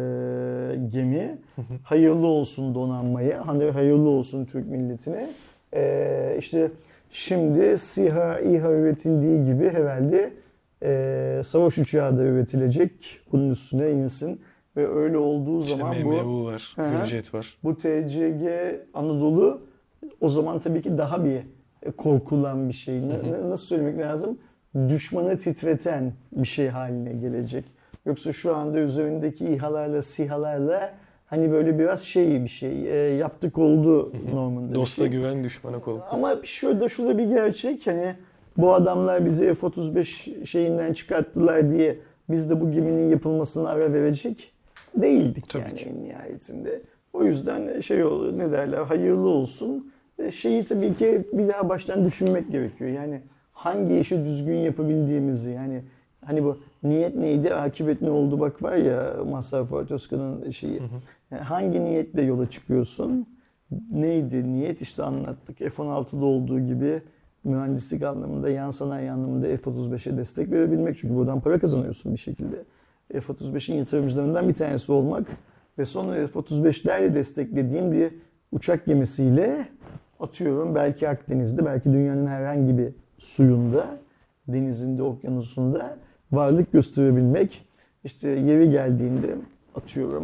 gemi. Hayırlı olsun donanmaya, hayırlı olsun Türk milletine. İşte şimdi SİHA, İHA üretildiği gibi herhalde savaş uçağı da üretilecek. Bunun üstüne insin. Ve öyle olduğu İşte zaman MMU var, Hürjet var. bu TCG Anadolu o zaman tabii ki daha bir korkulan bir şey. Nasıl söylemek lazım? Düşmanı titreten bir şey haline gelecek. Yoksa şu anda üzerindeki İHA'larla, SİHA'larla hani böyle biraz bir şey yaptık oldu normunda. Dosta bir şey. güven, düşmana korku. Ama şurada bir gerçek hani bu adamlar bizi F-35 şeyinden çıkarttılar diye biz de bu geminin yapılmasına ara verecek değildik Tabii yani ki. en nihayetinde. O yüzden ne derler hayırlı olsun. Şeyi tabii ki bir daha baştan düşünmek gerekiyor. Yani hangi işi düzgün yapabildiğimizi yani hani bu niyet neydi akıbet ne oldu bak var ya Mazhar Fuat Özkan'ın şeyi. Yani hangi niyetle yola çıkıyorsun? Neydi niyet işte anlattık. F-16'da olduğu gibi mühendislik anlamında, yan sanayi anlamında F-35'e destek verebilmek. Çünkü buradan para kazanıyorsun bir şekilde. F-35'in yatırımcılarından bir tanesi olmak ve sonra F-35'lerle desteklediğim bir uçak gemisiyle atıyorum belki Akdeniz'de, belki dünyanın herhangi bir suyunda, denizinde, okyanusunda varlık gösterebilmek. İşte yeri geldiğinde atıyorum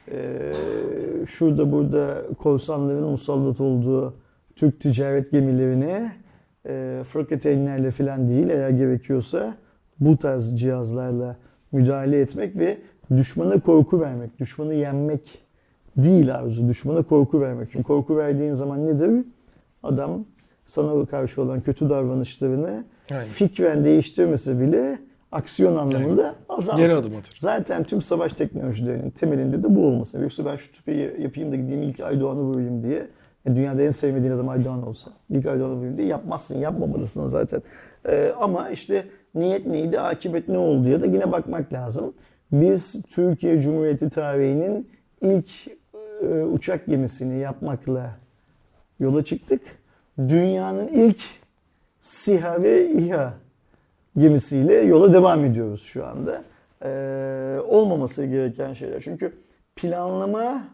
şurada burada korsanların musallat olduğu Türk ticaret gemilerine fırkateynlerle falan değil eğer gerekiyorsa bu tarz cihazlarla müdahale etmek ve düşmana korku vermek, düşmanı yenmek değil arzu, düşmana korku vermek. Çünkü korku verdiğin zaman nedir? Adam sana karşı olan kötü davranışlarını fikren değiştirmese bile aksiyon anlamında azaltır. Geri adım atır. Zaten tüm savaş teknolojilerinin temelinde de bu olması. Yoksa ben şu tüfeği yapayım da gideyim ilk Aydoğan'ı vurayım diye. Dünyada en sevmediğin adam Aydoğan olsa. İlk Aydoğan'ı vurayım diye yapmazsın. Yapmamalısın zaten. Ama işte niyet neydi, akıbet ne oldu ya da yine bakmak lazım. Biz Türkiye Cumhuriyeti tarihinin ilk uçak gemisini yapmakla yola çıktık. Dünyanın ilk SİHA ve İHA gemisiyle yola devam ediyoruz şu anda. Olmaması gereken şeyler. Çünkü planlama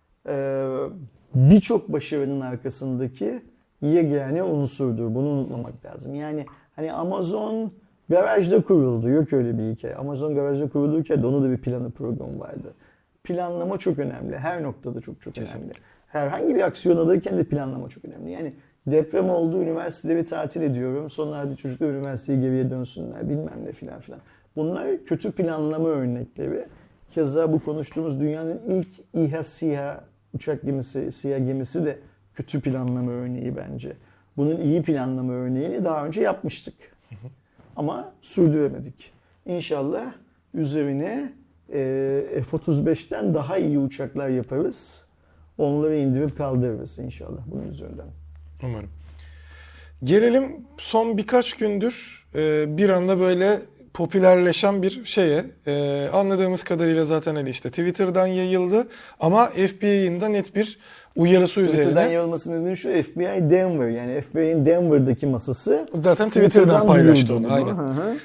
birçok başarının arkasındaki yegane unsurdur. Bunu unutmamak lazım. Yani hani Amazon garajda kuruldu. Yok öyle bir hikaye. Amazon garajda kurulurken de onun da bir planı programı vardı. Planlama çok önemli. Her noktada çok önemli. Herhangi bir aksiyon alırken de planlama çok önemli. Yani deprem oldu, üniversiteleri tatil ediyorum. Sonra hadi çocuklar üniversiteye geriye dönsünler bilmem ne filan filan. Bunlar kötü planlama örnekleri. Keza bu konuştuğumuz dünyanın ilk İHA SİHA uçak gemisi, SİHA gemisi de kötü planlama örneği bence. Bunun iyi planlama örneğini daha önce yapmıştık. Ama sürdüremedik. İnşallah üzerine F-35'ten daha iyi uçaklar yaparız. Onları indirip kaldırırız inşallah bunun üzerinden. Umarım. Gelelim son birkaç gündür bir anda böyle popülerleşen bir şeye. Anladığımız kadarıyla zaten hani işte Twitter'dan yayıldı ama FBI'nin de net bir uyarısı Twitter'dan üzerine. yayılması nedeni şu FBI Denver yani FBI'nin Denver'daki masası. Zaten Twitter'dan paylaştı onu. Aynen. Hı.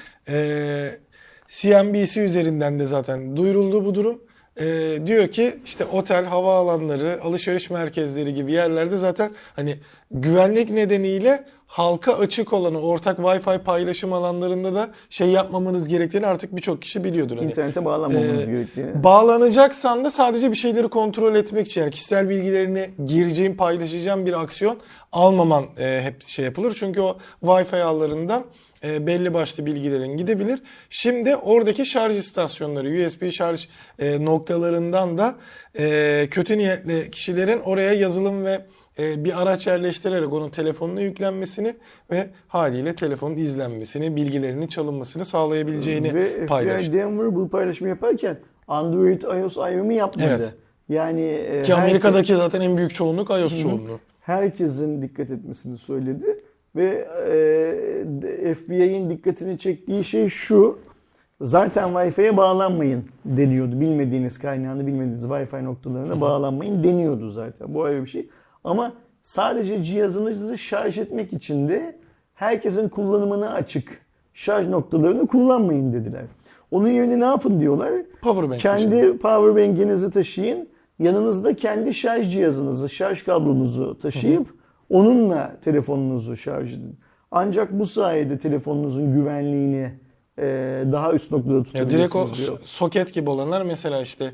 CNBC üzerinden de zaten duyuruldu bu durum. Diyor ki işte otel, havaalanları, alışveriş merkezleri gibi yerlerde zaten hani güvenlik nedeniyle halka açık olan ortak Wi-Fi paylaşım alanlarında da şey yapmamanız gerektiğini artık birçok kişi biliyordur. Hani, İnternete bağlanmamanız gerektiğini. Bağlanacaksan da sadece bir şeyleri kontrol etmek için yani kişisel bilgilerini gireceğin, paylaşacağın bir aksiyon almaman hep şey yapılır. Çünkü o Wi-Fi ağlarından belli başlı bilgilerin gidebilir. Şimdi oradaki şarj istasyonları, USB şarj noktalarından da kötü niyetli kişilerin oraya yazılım ve bir araç yerleştirerek onun telefonuna yüklenmesini ve haliyle telefonun izlenmesini, bilgilerinin çalınmasını sağlayabileceğini ve paylaştı. FBI Denver bu paylaşımı yaparken Android iOS ayrımı yapmadı. Evet. Yani Ki Amerika'daki zaten en büyük çoğunluk iOS çoğunluğu. herkesin dikkat etmesini söyledi ve FBI'nin dikkatini çektiği şey şu: zaten Wi-Fi'ye bağlanmayın deniyordu. Bilmediğiniz kaynağını bilmediğiniz Wi-Fi noktalarına bağlanmayın deniyordu zaten. Bu ayrı bir şey. Ama sadece cihazınızı şarj etmek için de herkesin kullanımına açık şarj noktalarını kullanmayın dediler. Onun yerine ne yapın diyorlar? Powerbank Kendi powerbank'inizi taşıyın. Yanınızda kendi şarj cihazınızı, şarj kablonuzu taşıyıp onunla telefonunuzu şarj edin. Ancak bu sayede telefonunuzun güvenliğini daha üst noktada tutabilirsiniz direkt o diyor. soket gibi olanlar mesela işte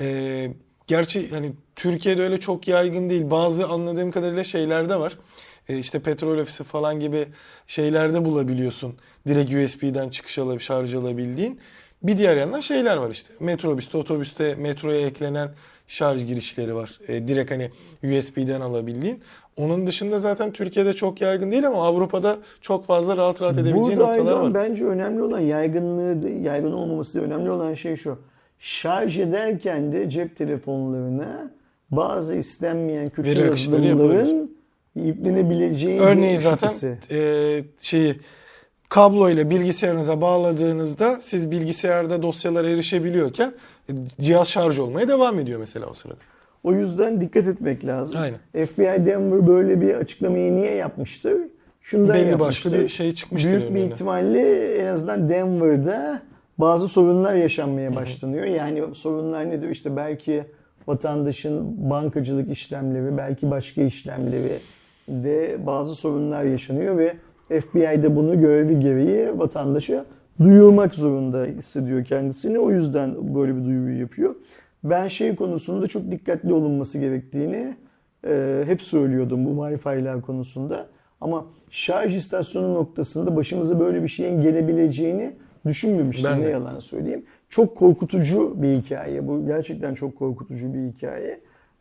gerçi hani Türkiye'de öyle çok yaygın değil. Bazı anladığım kadarıyla şeylerde var. İşte petrol ofisi falan gibi şeylerde bulabiliyorsun. Direkt USB'den çıkış alıp şarj alabildiğin. Bir diğer yandan şeyler var işte. Metrobüste, otobüste, metroya eklenen şarj girişleri var. Direkt hani USB'den alabildiğin. Onun dışında zaten Türkiye'de çok yaygın değil ama Avrupa'da çok fazla rahat edebileceğin Burada noktalar var. bence önemli olan yaygın olmaması değil. Önemli olan şey şu: şarj ederken de cep telefonlarına bazı istenmeyen kötü Veri akışları yazılımların yüklenebileceği Örneğin bir zaten şüphesi. kablo ile bilgisayarınıza bağladığınızda siz bilgisayarda dosyalara erişebiliyorken cihaz şarj olmaya devam ediyor mesela o sırada. O yüzden dikkat etmek lazım. Aynen. FBI Denver böyle bir açıklamayı niye yapmıştır? Şundan Belli yapmıştır. başlı bir şey çıkmıştır. Büyük bir önüne. ihtimalle en azından Denver'da bazı sorunlar yaşanmaya başlanıyor. Yani sorunlar nedir? İşte belki vatandaşın bankacılık işlemleri, belki başka işlemleri de bazı sorunlar yaşanıyor ve FBI de bunu görevi gereği vatandaşa duyurmak zorunda hissediyor kendisini. O yüzden böyle bir duyuruyu yapıyor. Ben şey konusunda çok dikkatli olunması gerektiğini hep söylüyordum bu Wi-Fi'ler konusunda. Ama şarj istasyonu noktasında başımıza böyle bir şeyin gelebileceğini düşünmemiştim. Ben Ne de. yalan söyleyeyim. Çok korkutucu bir hikaye. Bu gerçekten çok korkutucu bir hikaye.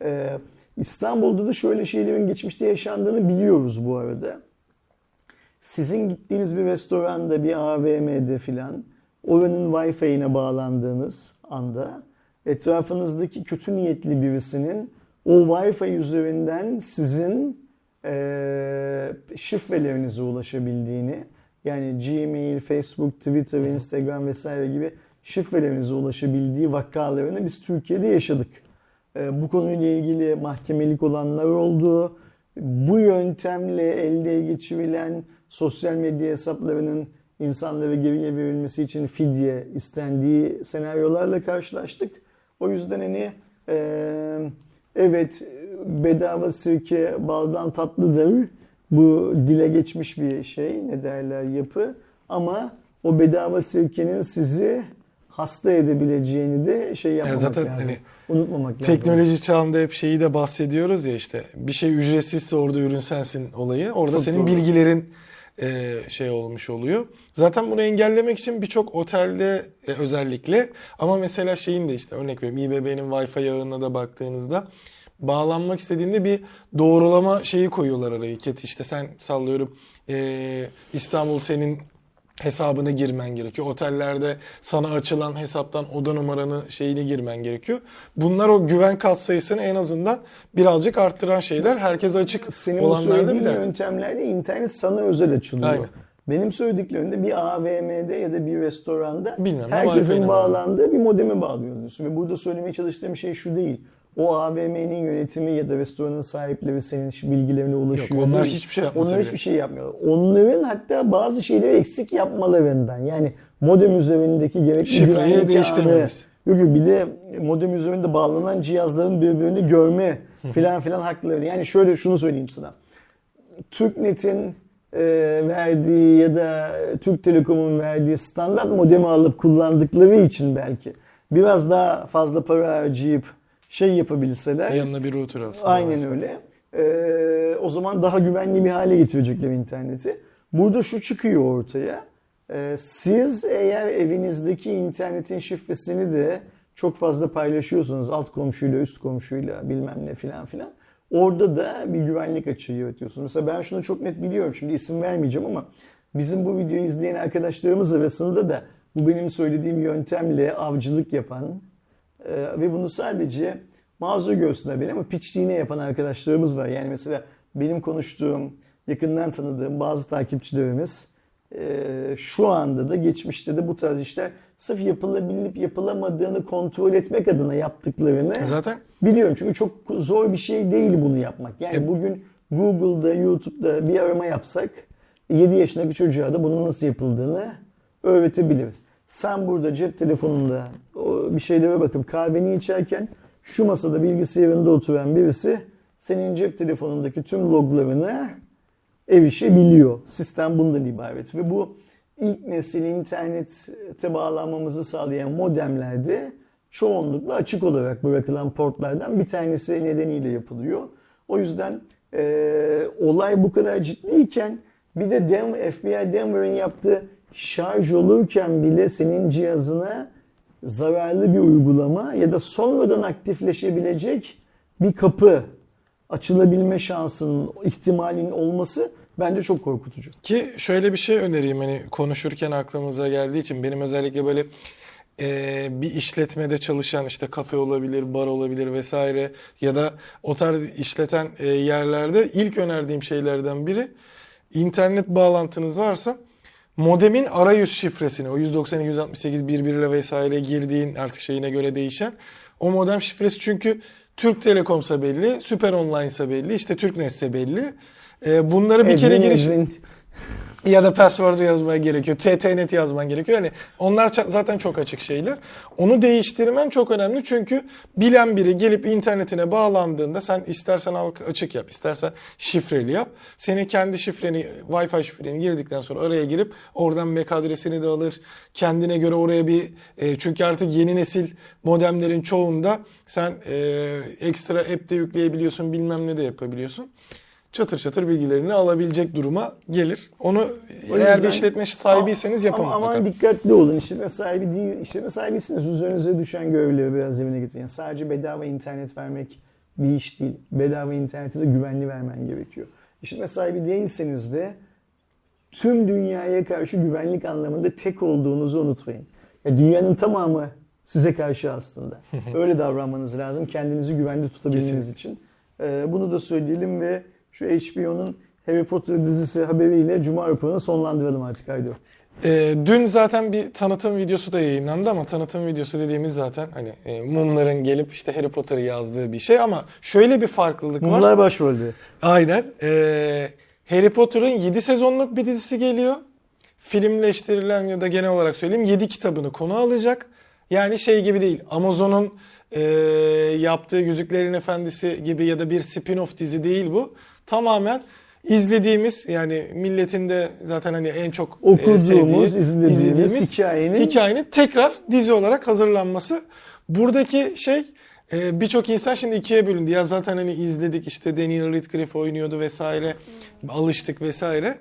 İstanbul'da da şöyle şeylerin geçmişte yaşandığını biliyoruz bu arada. Sizin gittiğiniz bir restoranda, bir AVM'de filan oranın Wi-Fi'ine bağlandığınız anda etrafınızdaki kötü niyetli birisinin o Wi-Fi üzerinden sizin şifrelerinize ulaşabildiğini, yani Gmail, Facebook, Twitter, Instagram vesaire gibi şifrelerinize ulaşabildiği vakalarını biz Türkiye'de yaşadık. Bu konuyla ilgili mahkemelik olanlar oldu. Bu yöntemle elde geçirilen sosyal medya hesaplarının insanlara geriye verilmesi için fidye istendiği senaryolarla karşılaştık. O yüzden hani evet, bedava sirke baldan tatlıdır. Bu dile geçmiş bir şey, ne derler, yapı. Ama o bedava sirkenin sizi hasta edebileceğini de yapmamak zaten lazım. hani Unutmamak lazım. teknoloji çağında hep şeyi de bahsediyoruz ya, işte bir şey ücretsizse orada ürün sensin olayı. Orada Çok senin doğru. bilgilerin şey olmuş oluyor. Zaten bunu engellemek için birçok otelde özellikle, ama mesela şeyin de işte örnek vereyim, İBB'nin Wi-Fi ağına da baktığınızda bağlanmak istediğinde bir doğrulama şeyi koyuyorlar araya. İşte sen sallıyorum İstanbul senin hesabını girmen gerekiyor. Otellerde sana açılan hesaptan oda numaranı şeyini girmen gerekiyor. Bunlar o güven katsayısını en azından birazcık arttıran şeyler. Herkese açık Senin o olanlarda söylediğin bir dert. yöntemlerde internet sana özel açılıyor. Aynen. Benim söylediklerimde bir AVM'de ya da bir restoranda Bilmem ne, herkesin Wi-Fi'ne bağlandığı bir modeme bağlıyorsun. Ve burada söylemeye çalıştığım şey şu değil: o AVM'nin yönetimi ya da restoranın sahipleri senin bilgilerine ulaşıyor. Yok, onlar değil. hiçbir şey yapmasa Onlar bile. hiçbir şey yapmıyorlar. Onların hatta bazı şeyleri eksik yapmalarından, yani modem üzerindeki gerekli Şifreyi güvenlik değiştirmemiz. ağını, yok bir de modem üzerinde bağlanan cihazların birbirini görme filan filan hakları. Yani şöyle şunu söyleyeyim sana. TürkNet'in verdiği ya da Türk Telekom'un verdiği standart modemi alıp kullandıkları için belki biraz daha fazla para harcayıp yapabilseler, Yanına bir router alsın. aynen mesela. öyle. O zaman daha güvenli bir hale getirecekler interneti. Burada şu çıkıyor ortaya: Siz eğer evinizdeki internetin şifresini de çok fazla paylaşıyorsunuz alt komşuyla, üst komşuyla bilmem ne filan filan. Orada da bir güvenlik açığı yaratıyorsunuz. Mesela ben şunu çok net biliyorum. Şimdi isim vermeyeceğim ama bizim bu videoyu izleyen arkadaşlarımız arasında da bu benim söylediğim yöntemle avcılık yapan ve bunu sadece mazur görsünler beni ama piçliğine yapan arkadaşlarımız var. Yani mesela benim konuştuğum, yakından tanıdığım bazı takipçilerimiz şu anda da geçmişte de bu tarz işler sırf yapılabilip yapılamadığını kontrol etmek adına yaptıklarını Zaten biliyorum. Çünkü çok zor bir şey değil bunu yapmak. Yani bugün Google'da, YouTube'da bir arama yapsak 7 yaşındaki çocuğa da bunun nasıl yapıldığını öğretebiliriz. Sen burada cep telefonunda bir şeylere bakıp kahveni içerken şu masada bilgisayarında oturan birisi senin cep telefonundaki tüm loglarını erişebiliyor. Sistem bundan ibaret ve bu ilk nesil internete bağlanmamızı sağlayan modemlerde çoğunlukla açık olarak bırakılan portlardan bir tanesi nedeniyle yapılıyor. O yüzden olay bu kadar ciddiyken bir de FBI Denver'ın yaptığı şarj olurken bile senin cihazına zararlı bir uygulama ya da sonradan aktifleşebilecek bir kapı açılabilme şansının, ihtimalinin olması bence çok korkutucu. ki şöyle bir şey önereyim, hani konuşurken aklımıza geldiği için benim özellikle böyle bir işletmede çalışan, işte kafe olabilir, bar olabilir vesaire ya da o tarz işleten yerlerde ilk önerdiğim şeylerden biri, internet bağlantınız varsa modemin arayüz şifresini, o 192.168 birbiriyle vesaire girdiğin artık şeyine göre değişen o modem şifresi, çünkü Türk Telekom'sa belli, Süper Online'sa belli, işte Türknet'se belli. Bunları bir kere giriş ya da password'u yazmaya gerekiyor. TTNet yazman gerekiyor. Yani onlar zaten çok açık şeyler. Onu değiştirmen çok önemli. Çünkü bilen biri gelip internetine bağlandığında sen istersen açık yap, istersen şifreli yap. Senin kendi şifreni, Wi-Fi şifreni girdikten sonra araya girip oradan MAC adresini de alır. Kendine göre oraya çünkü artık yeni nesil modemlerin çoğunda sen ekstra app de yükleyebiliyorsun, bilmem ne de yapabiliyorsun. Çatır çatır bilgilerini alabilecek duruma gelir. Onu eğer bir işletme sahibiyseniz yapın ama mutlaka. aman dikkatli olun. İşletme sahibi değil. İşletme sahibiyseniz üzerinize düşen görevleri biraz yerine getirin. Yani sadece bedava internet vermek bir iş değil. Bedava interneti de güvenli vermen gerekiyor. İşletme sahibi değilseniz de tüm dünyaya karşı güvenlik anlamında tek olduğunuzu unutmayın. Ya dünyanın tamamı size karşı aslında. Öyle davranmanız lazım kendinizi güvende tutabilmeniz için. Bunu da söyleyelim ve şu HBO'nun Harry Potter dizisi haberiyle Cuma raporunu sonlandıralım artık. Haydi. Dün zaten bir tanıtım videosu da yayınlandı ama tanıtım videosu dediğimiz zaten hani mumların gelip işte Harry Potter'ı yazdığı bir şey, ama şöyle bir farklılık var. Mumlar başrolde. Aynen. Harry Potter'ın 7 sezonluk bir dizisi geliyor. Filmleştirilen ya da genel olarak söyleyeyim 7 kitabını konu alacak. Yani şey gibi değil. Amazon'un yaptığı Yüzüklerin Efendisi gibi ya da bir spin-off dizi değil bu. Tamamen izlediğimiz, yani milletin de zaten hani en çok okuduğumuz, izlediğimiz hikayenin tekrar dizi olarak hazırlanması. Buradaki şey, birçok insan şimdi ikiye bölündü. Ya zaten hani izledik, işte Daniel Radcliffe oynuyordu vesaire, alıştık vesaire.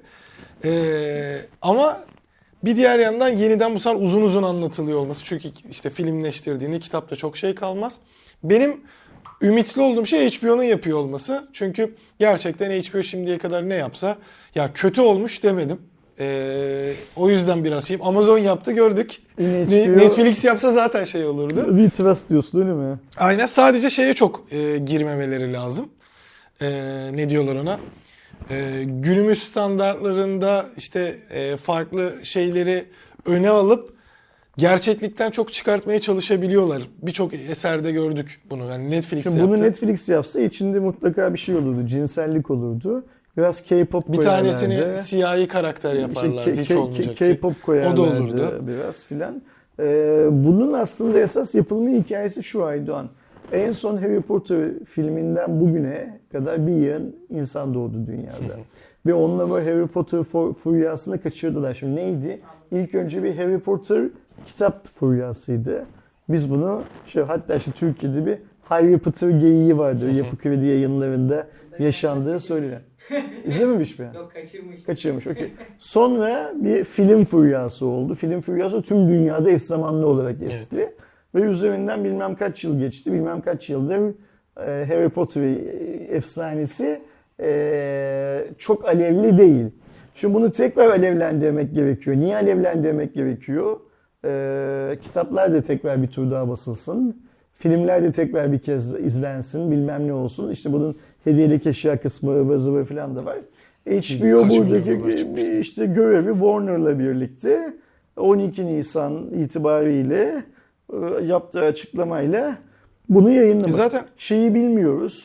Ama bir diğer yandan yeniden bu sefer uzun uzun anlatılıyor olması. Çünkü işte filmleştirdiğinde kitapta çok şey kalmaz. Benim ümitli olduğum şey HBO'nun yapıyor olması. Çünkü gerçekten HBO şimdiye kadar ne yapsa ya kötü olmuş demedim. O yüzden biraz şeyim. Amazon yaptı, gördük. Netflix yapsa zaten şey olurdu. Retweet diyorsun öyle mi? Aynen, sadece şeye çok girmemeleri lazım. Ne diyorlar ona? Günümüz standartlarında işte farklı şeyleri öne alıp gerçeklikten çok çıkartmaya çalışabiliyorlar. Birçok eserde gördük bunu. Yani Netflix Şimdi yaptı. bunu Netflix yapsa içinde mutlaka bir şey olurdu. Cinsellik olurdu. Biraz K-pop Bir koyarlardı. tanesini siyahi karakter yaparlardı. Hiç olmayacak. K-pop koyarlardı. O da olurdu. Biraz filan. Bunun aslında esas yapılma hikayesi şu Aydoğan. En son Harry Potter filminden bugüne kadar bir yığın insan doğdu dünyada. Ve onunla böyle Harry Potter furyasını kaçırdılar. Şimdi neydi? İlk önce bir Harry Potter kitap furyasıydı. Biz bunu hatta Türkiye'de bir Harry Potter geyiği vardır. Yapı Kredi yayınlarında yaşandığı söyleniyor. İzlememiş mi? Yok, kaçırmış. Kaçırmış, okey. Sonra bir film furyası oldu. Film furyası tüm dünyada eş zamanlı olarak esti. Evet. Ve üzerinden bilmem kaç yıl geçti, bilmem kaç yıldır Harry Potter efsanesi çok alevli değil. Şimdi bunu tekrar alevlendirmek gerekiyor. Niye alevlendirmek gerekiyor? Kitaplar da tekrar bir tur daha basılsın. Filmler de tekrar bir kez izlensin, bilmem ne olsun. İşte bunun hediyelik eşya kısmı, ıvır zıvır falan da var. HBO Kaç buradaki milyon dolar çıkmıştı? işte görevi Warner'la birlikte 12 Nisan itibariyle yaptığı açıklamayla bunu yayınlamak. Zaten Şeyi bilmiyoruz.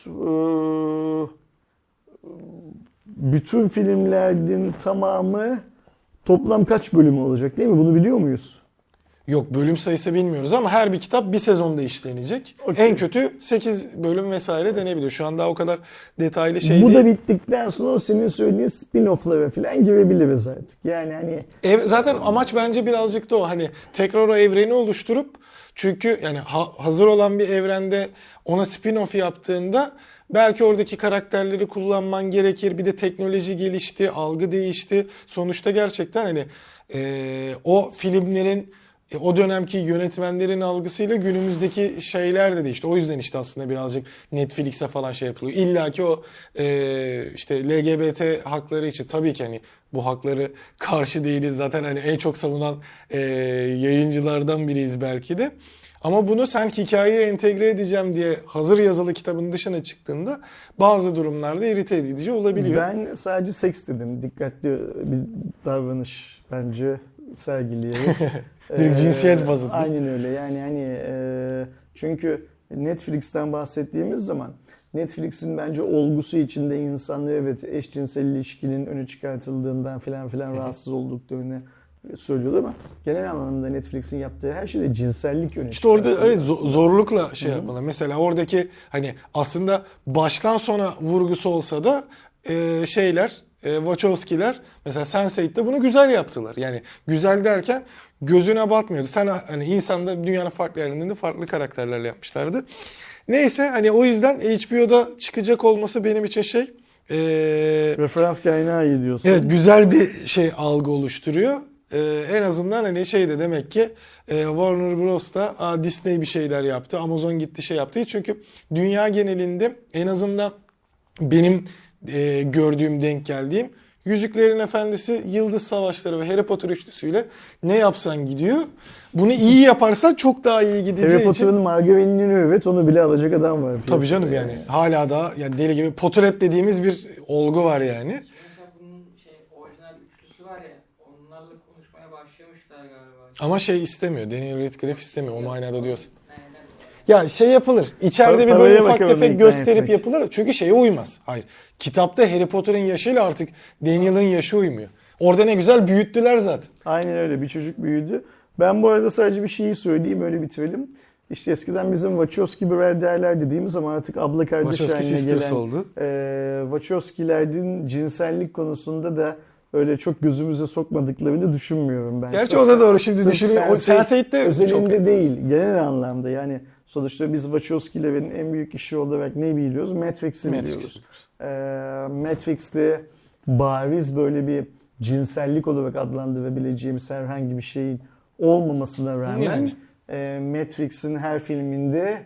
Bütün filmlerin tamamı toplam kaç bölümü olacak değil mi? Bunu biliyor muyuz? yok, bölüm sayısı bilmiyoruz ama her bir kitap bir sezonda işlenecek. Okey. En kötü 8 bölüm vesaire denebiliyor. Şu an daha o kadar detaylı şey Bu değil. da bittikten sonra o senin söylediğin spin-off'lara falan girebiliriz artık. Yani hani Zaten amaç bence birazcık da o, hani tekrar o evreni oluşturup, çünkü yani hazır olan bir evrende ona spin-off yaptığında belki oradaki karakterleri kullanman gerekir. Bir de teknoloji gelişti, algı değişti. Sonuçta gerçekten hani o filmlerin o dönemki yönetmenlerin algısıyla günümüzdeki şeyler de değişti. O yüzden işte aslında birazcık Netflix'e falan şey yapılıyor. İlla ki o işte LGBT hakları için, tabii ki hani bu hakları karşı değiliz. Zaten hani en çok savunan yayıncılardan biriyiz belki de. Ama bunu sen hikayeye entegre edeceğim diye hazır yazılı kitabın dışına çıktığında bazı durumlarda irite edici olabiliyor. ben sadece seks dedim. Dikkatli bir davranış bence sergileyerek. Direkt cinsiyet bazında. Aynen öyle. Yani hani çünkü Netflix'ten bahsettiğimiz zaman Netflix'in bence olgusu içinde insanlar evet eşcinsel ilişkinin öne çıkartıldığından falan filan rahatsız olduklarını söylüyordu ama genel anlamda Netflix'in yaptığı her şeyde cinsellik öne İşte orada çıkartılıyor. evet, zorlukla şey yapmalı. Mesela oradaki hani aslında baştan sona vurgusu olsa da Wachowski'ler mesela Sense8'de bunu güzel yaptılar. Yani güzel derken gözüne batmıyordu. Sen hani insanda dünyanın farklı yerlerinde farklı karakterlerle yapmışlardı. Neyse hani o yüzden HBO'da çıkacak olması benim için Referans kaynağı iyi diyorsun. evet, güzel bir algı oluşturuyor. En azından hani de demek ki Warner Bros da Disney bir şeyler yaptı. Amazon gitti şey yaptı. Çünkü dünya genelinde en azından benim gördüğüm, denk geldiğim Yüzüklerin Efendisi, Yıldız Savaşları ve Harry Potter üçlüsüyle ne yapsan gidiyor. Bunu iyi yaparsan çok daha iyi gideceği Harry için. Potter'ın margarinini evet onu bile alacak adam var. Tabii canım yani. Hala da yani deli gibi Potterhead dediğimiz bir olgu var yani. Mesela bunun orijinal üçlüsü var ya, onlarla konuşmaya başlamışlar galiba. Ama istemiyor. Daniel Radcliffe istemiyor. O manada diyorsun. Nereden? Ya yapılır. İçeride bir Paraya böyle ufak bakalım tefek ikna gösterip etmek. yapılır. Çünkü şeye uymaz. Hayır. Kitapta Harry Potter'ın yaşıyla artık Daniel'ın yaşı uymuyor. Orada ne güzel büyüttüler zaten. Aynen öyle bir çocuk büyüdü. Ben bu arada sadece bir şeyi söyleyeyim öyle bitirelim. İşte eskiden bizim Wachowski biraderler dediğimiz ama artık abla kardeş Wachowski haline sisters gelen oldu. Wachowski'lerin cinsellik konusunda da öyle çok gözümüze sokmadıklarını düşünmüyorum ben. Gerçi o da doğru. Şimdi Sırf düşünüyor. O Sense8'de özelinde çok. değil, genel anlamda. Yani sonuçta biz Wachowski'lerin en büyük işi olarak ne biliyoruz? Matrix'i biliyoruz. Matrix'te bariz böyle bir cinsellik olarak adlandırabileceğimiz herhangi bir şeyin olmamasına rağmen Yani. Matrix'in her filminde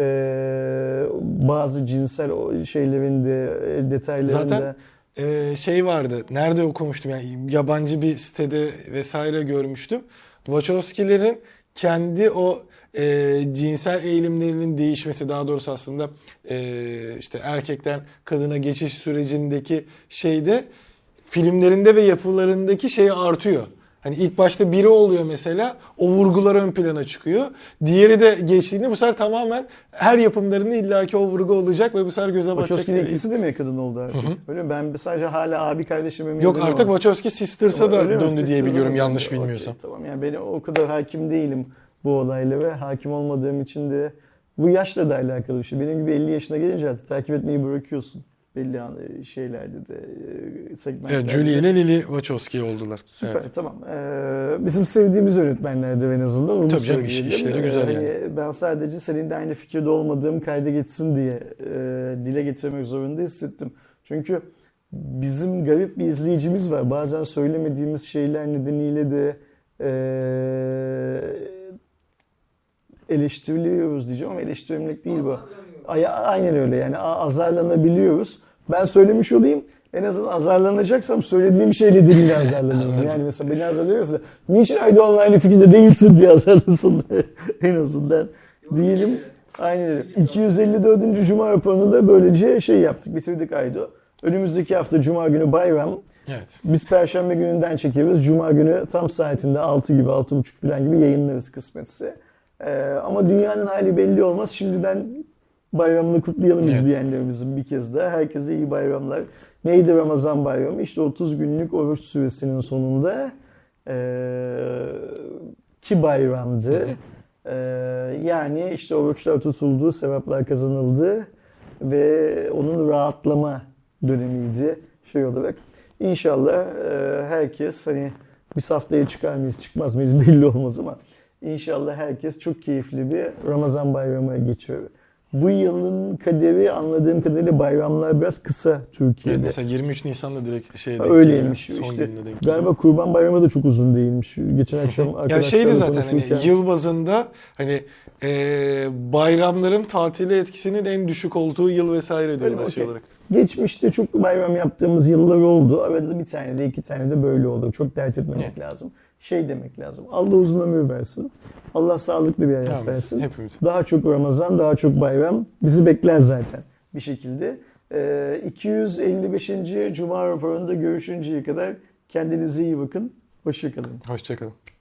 bazı cinsel şeylerin de detaylarında Zaten vardı. Nerede okumuştum yani yabancı bir sitede vesaire görmüştüm. Wachowski'lerin kendi o cinsel eğilimlerinin değişmesi, daha doğrusu aslında işte erkekten kadına geçiş sürecindeki filmlerinde ve yapılarındaki artıyor. Hani ilk başta biri oluyor mesela, o vurgular ön plana çıkıyor. Diğeri de geçtiğinde bu sefer tamamen her yapımlarında illaki o vurgu olacak ve bu sefer göze batacak. Wachowski'nin ikisi de mi kadın oldu artık? Öyle mi? Ben sadece hala abi kardeşime Yok artık Wachowski Sisters'a da Öyle mi? döndü diye Sisters'a biliyorum da yanlış döndü. bilmiyorsam. Okey, tamam yani ben o kadar hakim değilim bu olaylara. Hakim olmadığım için de bu yaşla da alakalı bir şey. Benim gibi 50 yaşına gelince artık takip etmeyi bırakıyorsun. belli şeylerde de segmentlerde. Evet, Julie ile Lily Wachowski oldular. Süper, Evet. tamam. Bizim sevdiğimiz yönetmenlerdi en azından. Onu Tabii canım, söyleyelim. işleri güzel yani. Ben sadece senin de aynı fikirde olmadığım kayda geçsin diye dile getirmek zorunda hissettim. Çünkü bizim garip bir izleyicimiz var. Bazen söylemediğimiz şeyler nedeniyle de eleştiriliyoruz diyeceğim ama eleştirilmek değil bu. Aynen öyle yani azarlanabiliyoruz. Ben söylemiş olayım. En azından azarlanacaksam söylediğim şeyle diliyle azarlanıyorum. Yani mesela beni azarlıyorsa niçin Aydoğan'la aynı fikirde değilsin diye azarlasın en azından diyelim. Aynen öyle. 254. Cuma raporunu da böylece yaptık, bitirdik Aydo. Önümüzdeki hafta Cuma günü bayram. Evet. Biz Perşembe gününden çekiyoruz. Cuma günü tam saatinde 6 gibi, 6.30 falan gibi yayınlarız kısmetse. Ama dünyanın hali belli olmaz. Şimdiden bayramını kutlayalım izleyenlerimizin bir kez daha. Herkese iyi bayramlar. Neydi Ramazan bayramı? İşte 30 günlük oruç süresinin sonunda ki bayramdı. Yani işte oruçlar tutuldu, sevaplar kazanıldı ve onun rahatlama dönemiydi olarak. İnşallah herkes biz haftaya çıkar mıyız çıkmaz mıyız belli olmaz ama İnşallah herkes çok keyifli bir Ramazan bayramı geçiyor. Bu yılın kaderi anladığım kadarıyla bayramlar biraz kısa Türkiye'de. Evet, mesela 23 Nisan'da direkt öyleymiş. Son İşte, gününe denk galiba Kurban Bayramı da çok uzun değilmiş. Geçen akşam arkadaşlarla ya zaten konuşurken. yıl bazında bayramların tatile etkisinin en düşük olduğu yıl vesaire diyorlar Okay. olarak. Geçmişte çok bayram yaptığımız yıllar oldu. Arada bir tane de 2 tane de böyle oldu. Çok dert etmemek lazım. Demek lazım. Allah uzun ömür versin. Allah sağlıklı bir hayat versin. Hepimiz. Daha çok Ramazan, daha çok bayram bizi bekler zaten bir şekilde. 255. Cuma raporunda görüşünceye kadar kendinize iyi bakın. Hoşça kalın. Hoşça kalın.